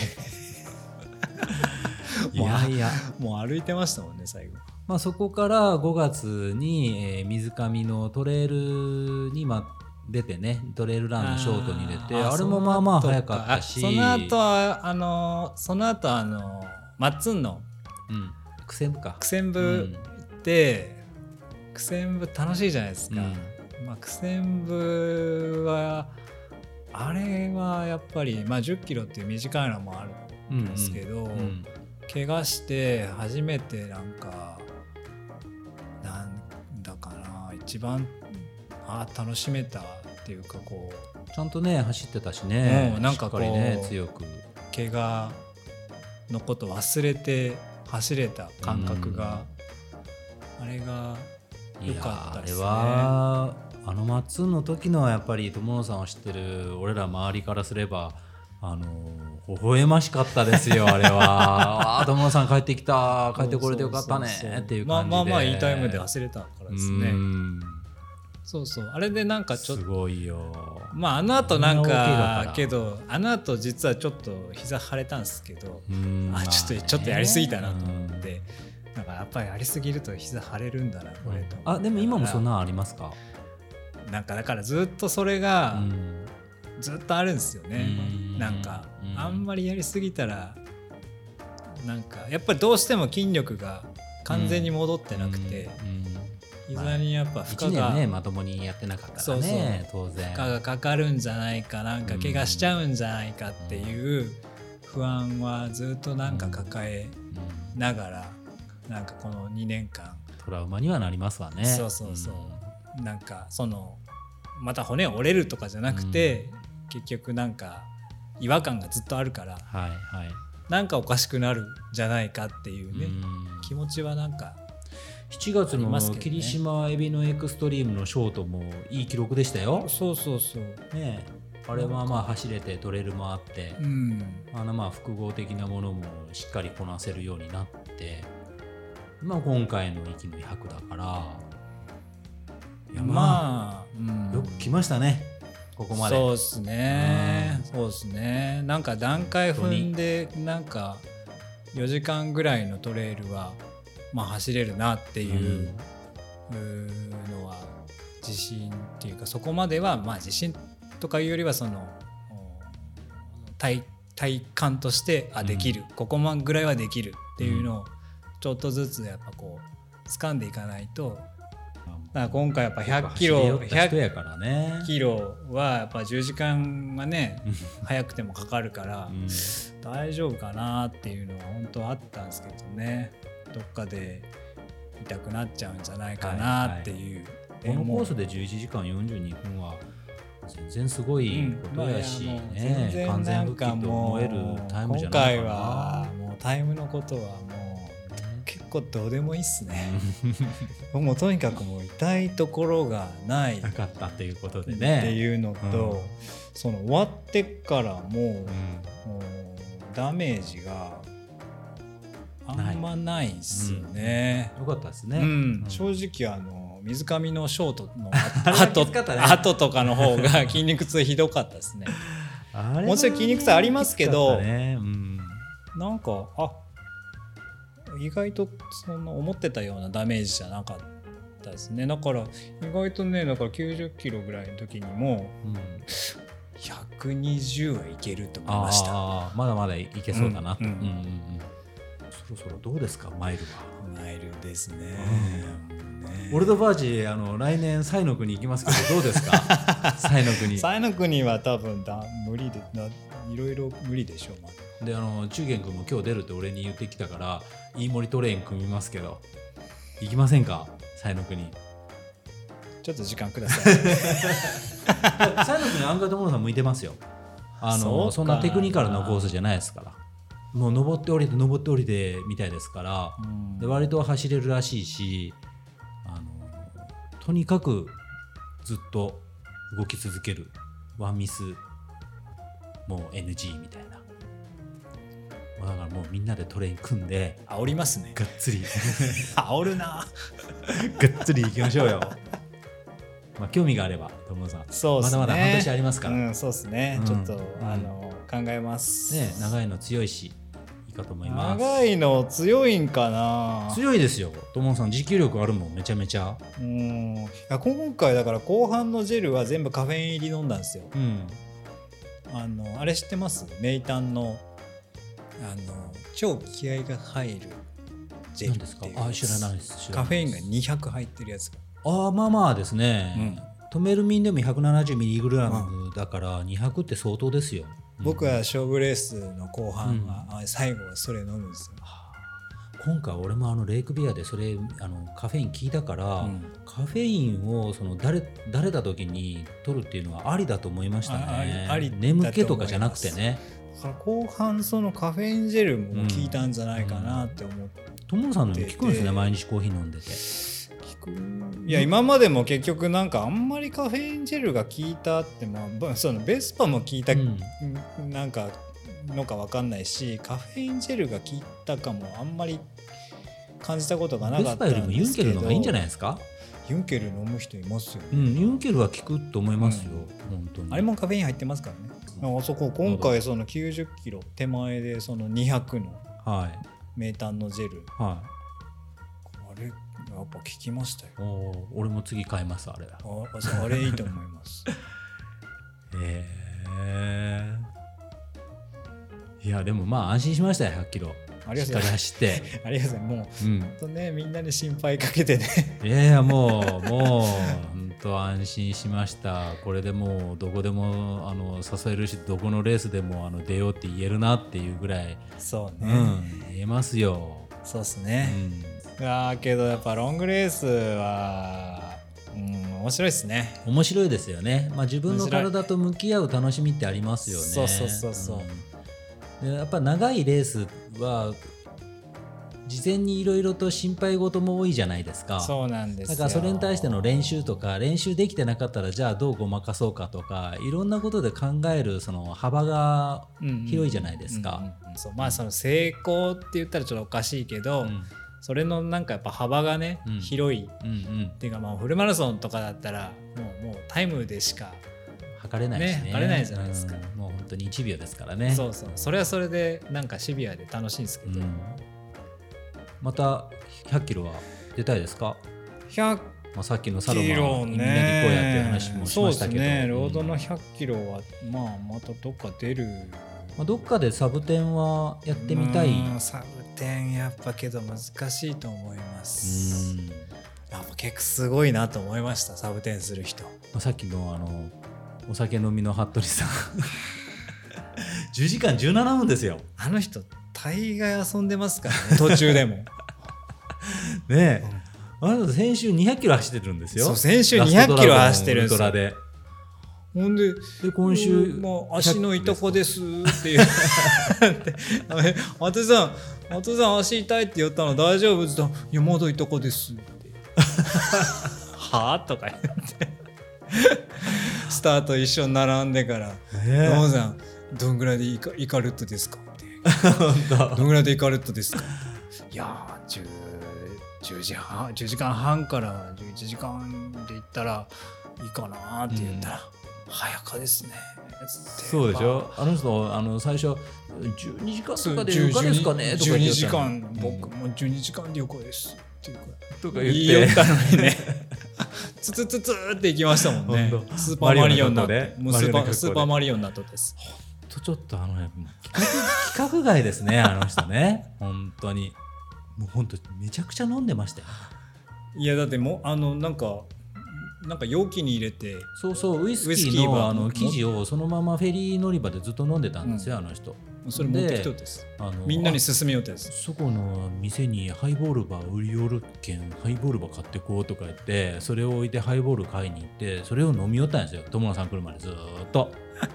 [SPEAKER 1] いやいや
[SPEAKER 2] もう歩いてましたもんね最後。
[SPEAKER 1] まあ、そこからごがつに、えー、水上のトレイルに、ま、出てねトレイルランのショートに出て あ, あれもまあまあ早かったし、
[SPEAKER 2] その後はあのその後あのマッツンの
[SPEAKER 1] 苦戦部か
[SPEAKER 2] 苦戦部で、うん、苦戦部楽しいじゃないですか、うんまあ、苦戦部はあれはやっぱり、まあ、じゅっキロっていう短いのもあるんですけど、うんうんうん怪我して初めてなんかなんだかな一番あ楽しめたっていうかこう
[SPEAKER 1] ちゃんとね走ってたしね、
[SPEAKER 2] うん、なんかこう、
[SPEAKER 1] ね、強く
[SPEAKER 2] 怪我のこと忘れて走れた感覚が、うん、あれが良かったですね。
[SPEAKER 1] いやあれはあのマッツンの時のやっぱり友野さんを知ってる俺ら周りからすればあの微笑ましかったですよあれはあ友野さん帰ってきた帰ってこれてよかったねっていう感じで、
[SPEAKER 2] まあまあまあいいタイムで走れたからですね。うんそうそうあれでなんかちょっと
[SPEAKER 1] すごいよ。
[SPEAKER 2] まああの後なんかけどあの後実はちょっと膝腫れたんですけどあちょっとちょっとやりすぎたなと思ってなんかやっぱりやりすぎると膝腫れるんだなこれと、
[SPEAKER 1] うん、あでも今もそんなのありますか？
[SPEAKER 2] なんかだからずっとそれが、うんずっとあるんですよね。なんかあんまりやりすぎたらなんかやっぱりどうしても筋力が完全に戻ってなくて膝にやっぱ負荷が、
[SPEAKER 1] まあ、いちねんねまともにやってなかったからね当然
[SPEAKER 2] 負荷がかかるんじゃないかなんか怪我しちゃうんじゃないかっていう不安はずっとなんか抱えながらなんかこのにねんかん
[SPEAKER 1] トラウマにはなりますわね。
[SPEAKER 2] そうそうそう、うん、なんかそのまた骨折れるとかじゃなくて、うん結局なんか違和感がずっとあるから、はいはい、なんかおかしくなるんじゃないかっていうねうん気持ちはなんか
[SPEAKER 1] しちがつの霧島エビのエクストリームのショートもいい記録でしたよ。
[SPEAKER 2] そうそうそう、
[SPEAKER 1] ね、あれはまあ走れてトレイルもあって、うん、あのまあ複合的なものもしっかりこなせるようになって、まあ、今回の息の百だからいやまあ、まあうん、よく来ましたねここまで。
[SPEAKER 2] そうですね、うん、そうですね。なんか段階踏んでなんかよじかんぐらいのトレイルはまあ走れるなっていうのは自信っていうかそこまではまあ自信とかいうよりはその 体, 体感としてあできる、うん、ここまぐらいはできるっていうのをちょっとずつやっぱこう掴んでいかないとから今回やっぱひゃっキロ
[SPEAKER 1] ひゃく
[SPEAKER 2] キロはやっぱじゅうじかんはね早くてもかかるから、うん、大丈夫かなっていうのは本当はあったんですけどね、どっかで痛くなっちゃうんじゃないかなっていう、
[SPEAKER 1] はいはい、このコースでじゅういちじかんよんじゅうにふんは全然すごいことやし、うんまあ、ね、
[SPEAKER 2] 全
[SPEAKER 1] 完全復帰と思えるタイムじゃないかな。今回
[SPEAKER 2] はもうタイムのことはもう結構どうでもいいっすねもうとにかくもう痛いところがない
[SPEAKER 1] なかったっていうことでね
[SPEAKER 2] っていうのと、うん、その終わってからも、うん、もうダメージがあんまないっすよね、
[SPEAKER 1] うん、よかったですね、
[SPEAKER 2] うん、正直あの水上のショートの後、ね、後とかの方が筋肉痛ひどかったですねあれもちろん筋肉痛ありますけど、ねうん、なんかあ意外とその思ってたようなダメージじゃなかったですね。だから意外とねだからきゅうじゅっキロぐらいの時にも、うん、ひゃくにじゅうはいけると思いました。
[SPEAKER 1] あまだまだいけそうだなと、うんうんうんうん、そろそろどうですかマイルは。
[SPEAKER 2] マイルですね、
[SPEAKER 1] うんオルドバージあの来年サイの国行きますけどどうですかサイの国
[SPEAKER 2] サイの国は多分だ無理でないろいろ無理でしょう、ま
[SPEAKER 1] あ、であの中元君も今日出るって俺に言ってきたから飯盛トレイン組みますけど行きませんかサイの国。
[SPEAKER 2] ちょっと時間ください
[SPEAKER 1] サイの国案外友野さん向いてますよ。あの そ, そんなテクニカルなコースじゃないですからもう登って降りて登って降りてみたいですから、うん、で割と走れるらしいしとにかくずっと動き続けるワンミスもう エヌジー みたいなだからもうみんなでトレイン組んで
[SPEAKER 2] 煽りますね
[SPEAKER 1] がっつり
[SPEAKER 2] 煽るな
[SPEAKER 1] がっつり行きましょうよまあ興味があれば友野さん
[SPEAKER 2] そうですね
[SPEAKER 1] まだまだ半年ありますから、
[SPEAKER 2] うん、そうですね、うん、ちょっと、うん、あの考えます
[SPEAKER 1] ね長いの強いしかと思います。
[SPEAKER 2] 長いの強いんかな。
[SPEAKER 1] 強いですよ友野さん持久力あるもんめちゃめちゃ。
[SPEAKER 2] うんいや今回だから後半のジェルは全部カフェイン入り飲んだんですよ、うん、あのあれ知ってますメイタンのあの超気合が入るジェルっていう。
[SPEAKER 1] あ知らないです。
[SPEAKER 2] カフェインがにひゃく入ってるやつが
[SPEAKER 1] あまあまあですね、うん、トメルミンでも ひゃくななじゅうミリグラム だからにひゃくって相当ですよ。
[SPEAKER 2] 僕は勝負レースの後半は、うん、最後はそれ飲むんですよ。
[SPEAKER 1] 今回俺もあのレイクビアでそれあのカフェイン効いたから、うん、カフェインをそのだれだれた時に取るっていうのはありだと思いましたね。あり眠気とかじゃなくてね。
[SPEAKER 2] だから後半そのカフェインジェルも効いたんじゃないかなって思って、
[SPEAKER 1] うん、友野さんのも効くんですね毎日コーヒー飲んでて。
[SPEAKER 2] いや今までも結局なんかあんまりカフェインジェルが効いたって、まあ、そのベスパも効いた、うん、なんかのか分かんないしカフェインジェルが効いたかもあんまり感じたことがなかったんですけど。ベスパよりもユンケルの方がいいんじゃないですか。ユンケル飲む人いますよね、
[SPEAKER 1] うん、ユンケルは効くと思いますよ、うん、本当に。
[SPEAKER 2] あれもカフェイン入ってますからね。あそこ今回そのきゅうじゅっキロ手前でそのにひゃくのメータンのジェル、はい、あれやっぱ聞きましたよ。
[SPEAKER 1] お俺も次買いますあれ。あ
[SPEAKER 2] あれいいと思います
[SPEAKER 1] へえー、いやでもまあ安心しましたよひゃっキロ
[SPEAKER 2] ありがとうございます。
[SPEAKER 1] 走って
[SPEAKER 2] ありがとうございます。もう、うん、とねみんなで心配かけてね
[SPEAKER 1] いやいやもうもう本当安心しました。これでもうどこでもあの支えるしどこのレースでもあの出ようって言えるなっていうぐらい。
[SPEAKER 2] そうね、
[SPEAKER 1] うん、言えますよ。
[SPEAKER 2] そうっすね、うん、あけどやっぱロングレースは、うん、面白いですね。
[SPEAKER 1] 面白いですよね、まあ、自分の体と向き合う楽しみってありますよね。
[SPEAKER 2] そうそうそうそう、
[SPEAKER 1] うん、でやっぱ長いレースは事前にいろいろと心配事も多いじゃないですか。
[SPEAKER 2] そうなんですよ。
[SPEAKER 1] だからそれに対しての練習とか練習できてなかったらじゃあどうごまかそうかとかいろんなことで考えるその幅が広いじゃないですか。
[SPEAKER 2] まあその成功って言ったらちょっとおかしいけど、うん、それのなんかやっぱ幅がね、うん、広い、うんうん、っていうかまあフルマラソンとかだったらもう、もうタイムでしか
[SPEAKER 1] 測れないしね、
[SPEAKER 2] 測れないじゃないですか、
[SPEAKER 1] うん、もう本当にいちびょうですからね。
[SPEAKER 2] そうそう、それはそれでなんかシビアで楽しいんですけど、うん、
[SPEAKER 1] またひゃっキロは出たいですか。
[SPEAKER 2] ひゃっ
[SPEAKER 1] まあ、さっきのサロマンみんなで行こうやっていう話もしましたけど、
[SPEAKER 2] そうですね、ロードのひゃっキロは、まあ、またどっか出る、
[SPEAKER 1] まあ、どっかでサブテンはやってみたい。
[SPEAKER 2] サブテンやっぱけど難しいと思います。うんやっぱ結構すごいなと思いました。サブテンする人。
[SPEAKER 1] さっきのあのお酒飲みの服部さんじゅうじかんじゅうななふんですよ。
[SPEAKER 2] あの人大概遊んでますからね途中でもね
[SPEAKER 1] え、うん、あなた先週にひゃくキロ走ってるんですよ。
[SPEAKER 2] そう先週にひゃくキロ走ってるんですよ。
[SPEAKER 1] で
[SPEAKER 2] ほんで、
[SPEAKER 1] で今週、
[SPEAKER 2] うん、もう足のいとこですっていうあとさんあとさん足痛いって言ったの大丈夫って言ったらいやまだいとこですってはぁとか言ってスタート一緒に並んでから「ノーさんどんぐらいでイカ、イカルットですか?」ってどんぐらいでイカルットですか?いやー 10, 10時半じゅうじかんはんからじゅういちじかんで行ったらいいかなって言ったら、うん、早かですね
[SPEAKER 1] そうでしょ。あの人あの最初じゅうにじかんとかで旅行ですかねとか言ってたの。じゅうにじかん、僕もじゅうにじかんで旅行ですっていうか
[SPEAKER 2] とか言って言い寄ったのにねツツツツって行きましたもんね。スーパーマリオになってもうスーパー、スーパーマリオになったです。
[SPEAKER 1] ほんとちょっとあのね規格、規格外ですねあの人ね本当にもう本当めちゃくちゃ飲んでましたよ。
[SPEAKER 2] いやだってもうあのなんかなんか容器に入れて
[SPEAKER 1] そうそうウイスキー の, あの生地をそのままフェリー乗り場でずっと飲んでたんですよ、うん、あの人。
[SPEAKER 2] それ持ってきとですあのみんなに勧めようってです。
[SPEAKER 1] そこの店にハイボールバー売り寄るけんハイボールバー買ってこうとか言ってそれを置いてハイボール買いに行ってそれを飲み寄ったんですよ友野さん来るまでずっと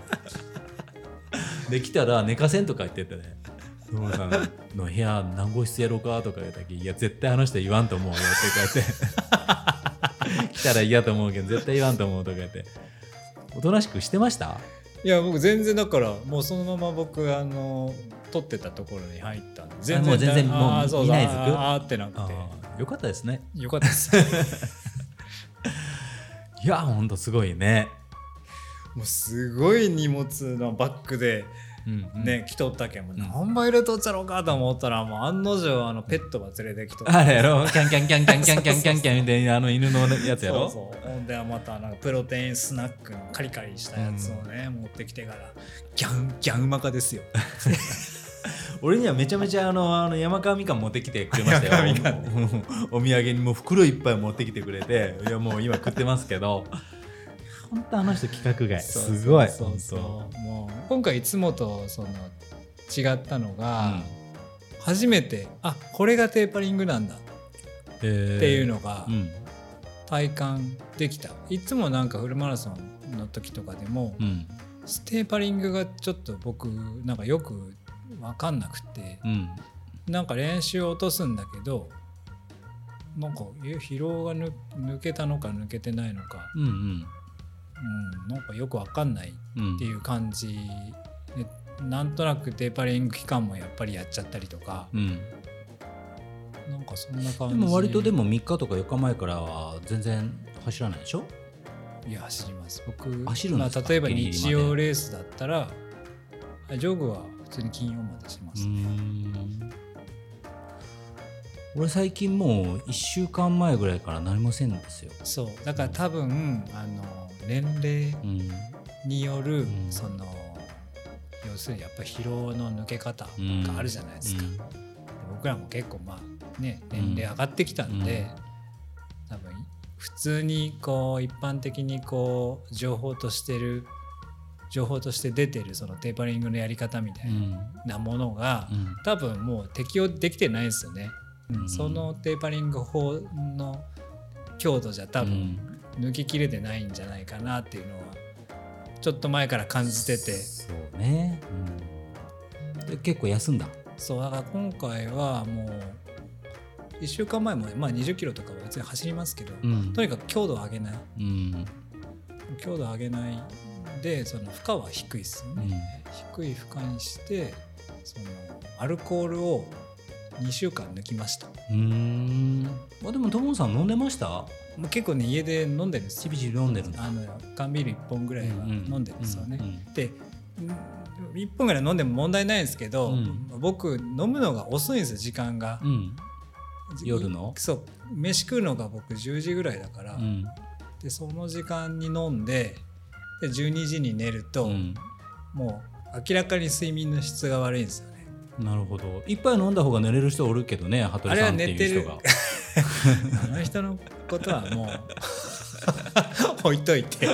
[SPEAKER 1] で来たら寝かせんとか言っててね友野さんの部屋何号室やろうかとか言ったらいや絶対あの人言わんと思うよって言って来たら嫌と思うけど絶対言わんと思うとか言っておとなしくしてました。
[SPEAKER 2] いや僕全然だからもうそのまま僕あの撮ってたところに入ったんで
[SPEAKER 1] 全然もう全然もういないずく
[SPEAKER 2] あーってなくて
[SPEAKER 1] よかったですね。
[SPEAKER 2] よかったです
[SPEAKER 1] いやほんとすごいね。
[SPEAKER 2] もうすごい荷物のバッグでね、うんうん、来とったけんも何倍入れとっちゃろうかと思ったらもう案の定あのペットが連れてきとった
[SPEAKER 1] あれやろキャンキャンキャンキャンキャンキャンキャンキャンであの犬のやつやろ。
[SPEAKER 2] そうそうほんでまたなんかプロテインスナックのカリカリしたやつをね、うん、持ってきてからギャンギャンうまかですよ
[SPEAKER 1] 俺にはめちゃめちゃあのあの山川みかん持ってきてくれましたよお土産にもう袋いっぱい持ってきてくれていやもう今食ってますけど本当あの人規格外すごい。
[SPEAKER 2] そうそうそうもう今回いつもとその違ったのが、うん、初めてあこれがテーパリングなんだっていうのが体感できた。いつもなんかフルマラソンの時とかでも、うん、テーパリングがちょっと僕なんかよく分かんなくて、うん、なんか練習を落とすんだけどなんか疲労が抜けたのか抜けてないのか、うんうんうん、なんかよくわかんないっていう感じで、うん、なんとなくテーパリング期間もやっぱりやっちゃったりとか、うん、なんかそんな感じ。
[SPEAKER 1] でも割とでもみっかとかよっかまえからは全然走らないでしょ。
[SPEAKER 2] いや走ります僕。
[SPEAKER 1] 走るんですか。
[SPEAKER 2] まあ、例えば日曜レースだったらジョグは普通に金曜までしますね。うーん
[SPEAKER 1] 俺最近もういっしゅうかんまえぐらいからなりませんですよ。
[SPEAKER 2] そうだから多分、うん、あの年齢による、うん、その要するにやっぱ疲労の抜け方があるじゃないですか、うん、僕らも結構まあね年齢上がってきたんで、うん、多分普通にこう一般的にこう情報としてる情報として出てるそのテーパリングのやり方みたいなものが、うん、多分もう適用できてないんですよね、うん、そのテーパリング法の強度じゃ多分抜ききれてないんじゃないかなっていうのはちょっと前から感じてて。
[SPEAKER 1] そうね、うん、で結構休んだ。
[SPEAKER 2] そうだから今回はもういっしゅうかんまえも、まあ、にじゅっキロとかは別に走りますけど、うん、とにかく強度を上げない、うん、強度を上げないでその負荷は低いですよね、うん、低い負荷にしてそのアルコールをにしゅうかん抜きました。
[SPEAKER 1] うーんあでも友野さん飲んでました？
[SPEAKER 2] 結構ね家で飲んでるんですよ。
[SPEAKER 1] ちびちび飲んでるんだ。
[SPEAKER 2] あの缶ビールいっぽんぐらいは飲んでるんですよね、うんうんうん、でいっぽんぐらい飲んでも問題ないんですけど、うん、僕飲むのが遅いんですよ時間が、うん、
[SPEAKER 1] 夜の
[SPEAKER 2] そう飯食うのが僕じゅうじぐらいだから、うん、でその時間に飲んででじゅうにじに寝ると、うん、もう明らかに睡眠の質が悪いんですよね。
[SPEAKER 1] なるほど。いっぱい飲んだ方が寝れる人おるけどね、羽鳥さんっていう人が
[SPEAKER 2] あの人のことはもう置いといて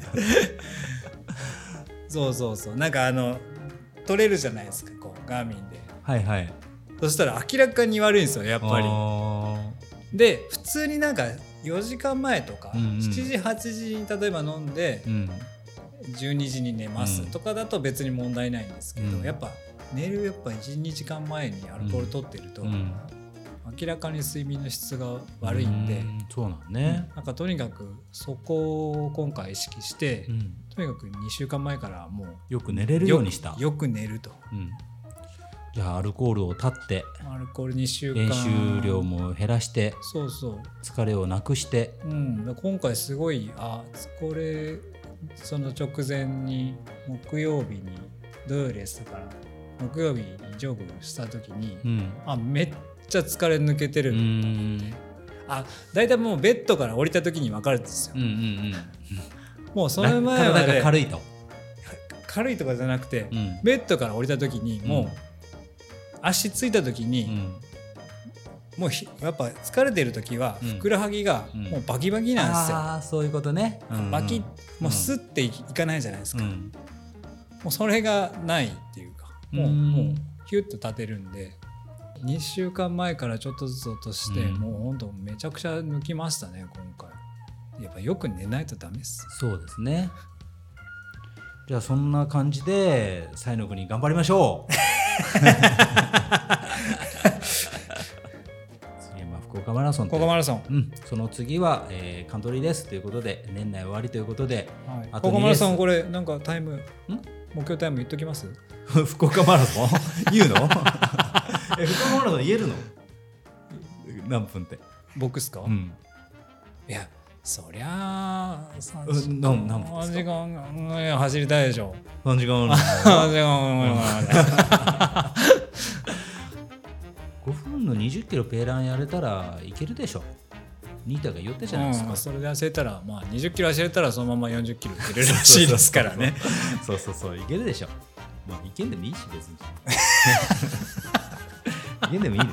[SPEAKER 2] そうそうそう、なんかあの取れるじゃないですか、こうガーミンで。
[SPEAKER 1] はいはい。
[SPEAKER 2] そしたら明らかに悪いんですよやっぱり。で普通になんかよじかんまえとか、うんうん、しちじはちじに例えば飲んで、うん、じゅうにじに寝ますとかだと別に問題ないんですけど、うん、やっぱ寝るやっぱいちにじかんまえにアルコール取ってると、うん、明らかに睡眠の質が悪いんで、うん、
[SPEAKER 1] そうなんね。
[SPEAKER 2] なんかとにかくそこを今回意識して、うん、とにかくにしゅうかんまえからもう
[SPEAKER 1] よく寝れるようにした。
[SPEAKER 2] よ, よく寝ると、うん、
[SPEAKER 1] じゃあアルコールを断って
[SPEAKER 2] アルコールにしゅうかん
[SPEAKER 1] 練習量も減らして、
[SPEAKER 2] そうそう
[SPEAKER 1] 疲れをなくして、
[SPEAKER 2] うん、今回すごいあこれその直前に木曜日に土曜日でしたから木曜日にジョグした時に、うん、あめっちゃ疲れ抜けてる。うーん、あだいたいもうベッドから降りた時に分かるんですよ、うんうんうん、もうその前まで
[SPEAKER 1] 体が軽いと
[SPEAKER 2] 軽いとかじゃなくて、うん、ベッドから降りた時にもう、うん、足ついた時に、うん、もうやっぱ疲れてる時はふくらはぎがもうバキバキなんですよ、うん、
[SPEAKER 1] あそういうことね、
[SPEAKER 2] うんうん、バキもうスッていかないじゃないですか、うん、もうそれがないっていうかもう、うん、もうヒュッと立てるんでにしゅうかんまえからちょっとずつ落として、うん、もうほんとめちゃくちゃ抜きましたね今回。やっぱよく寝ないとダメです。
[SPEAKER 1] そうですね。じゃあそんな感じで西の国頑張りましょう次は福岡マラソン
[SPEAKER 2] 福岡マラソン、
[SPEAKER 1] うん、その次は、えー、カントリーレースということで年内終わりということで、
[SPEAKER 2] はい、あと福岡マラソンこれなんかタイム目標タイム言っときます
[SPEAKER 1] 福岡マラソン言うのえ福岡マラソン言えるの何分って
[SPEAKER 2] 僕っすか、うん、いやそりゃあさんじ
[SPEAKER 1] かん
[SPEAKER 2] 走りたいでしょ。
[SPEAKER 1] さんじかんごふんのにじゅっキロペーランやれたらいけるでしょ。ニータが言ったじゃないですか、
[SPEAKER 2] うん、それで走れたら、まあ、にじゅっキロ走れたらそのままよんじゅっキロいけるらしいですからね
[SPEAKER 1] そうそうそういけるでしょ。まあいけんでもいいし別にいけんでもいいです。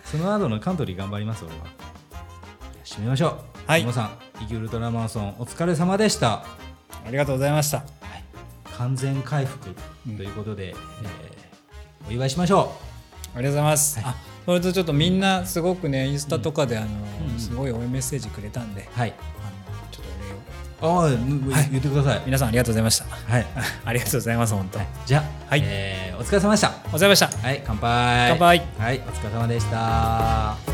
[SPEAKER 1] その後のカントリー頑張ります俺は。締めましょう。はい、皆さん生きウルトラマラソンお疲れ様でした。
[SPEAKER 2] ありがとうございました、はい、
[SPEAKER 1] 完全回復ということで、うんえー、お祝いしましょ
[SPEAKER 2] う。ありがとうございます、はい、あそれとちょっとみんなすごくねインスタとかであの、うん、すごい応援メッセージくれたんで、はい、あのちょっとお礼を
[SPEAKER 1] あ、はい、言ってください。
[SPEAKER 2] 皆さんありがとうございました、はい、ありがとうございます本当、はい、
[SPEAKER 1] じゃあ、はいえー、お疲れ様でした。
[SPEAKER 2] お疲れ様でした。
[SPEAKER 1] はい乾杯
[SPEAKER 2] 乾杯。
[SPEAKER 1] はいお疲れ様でした。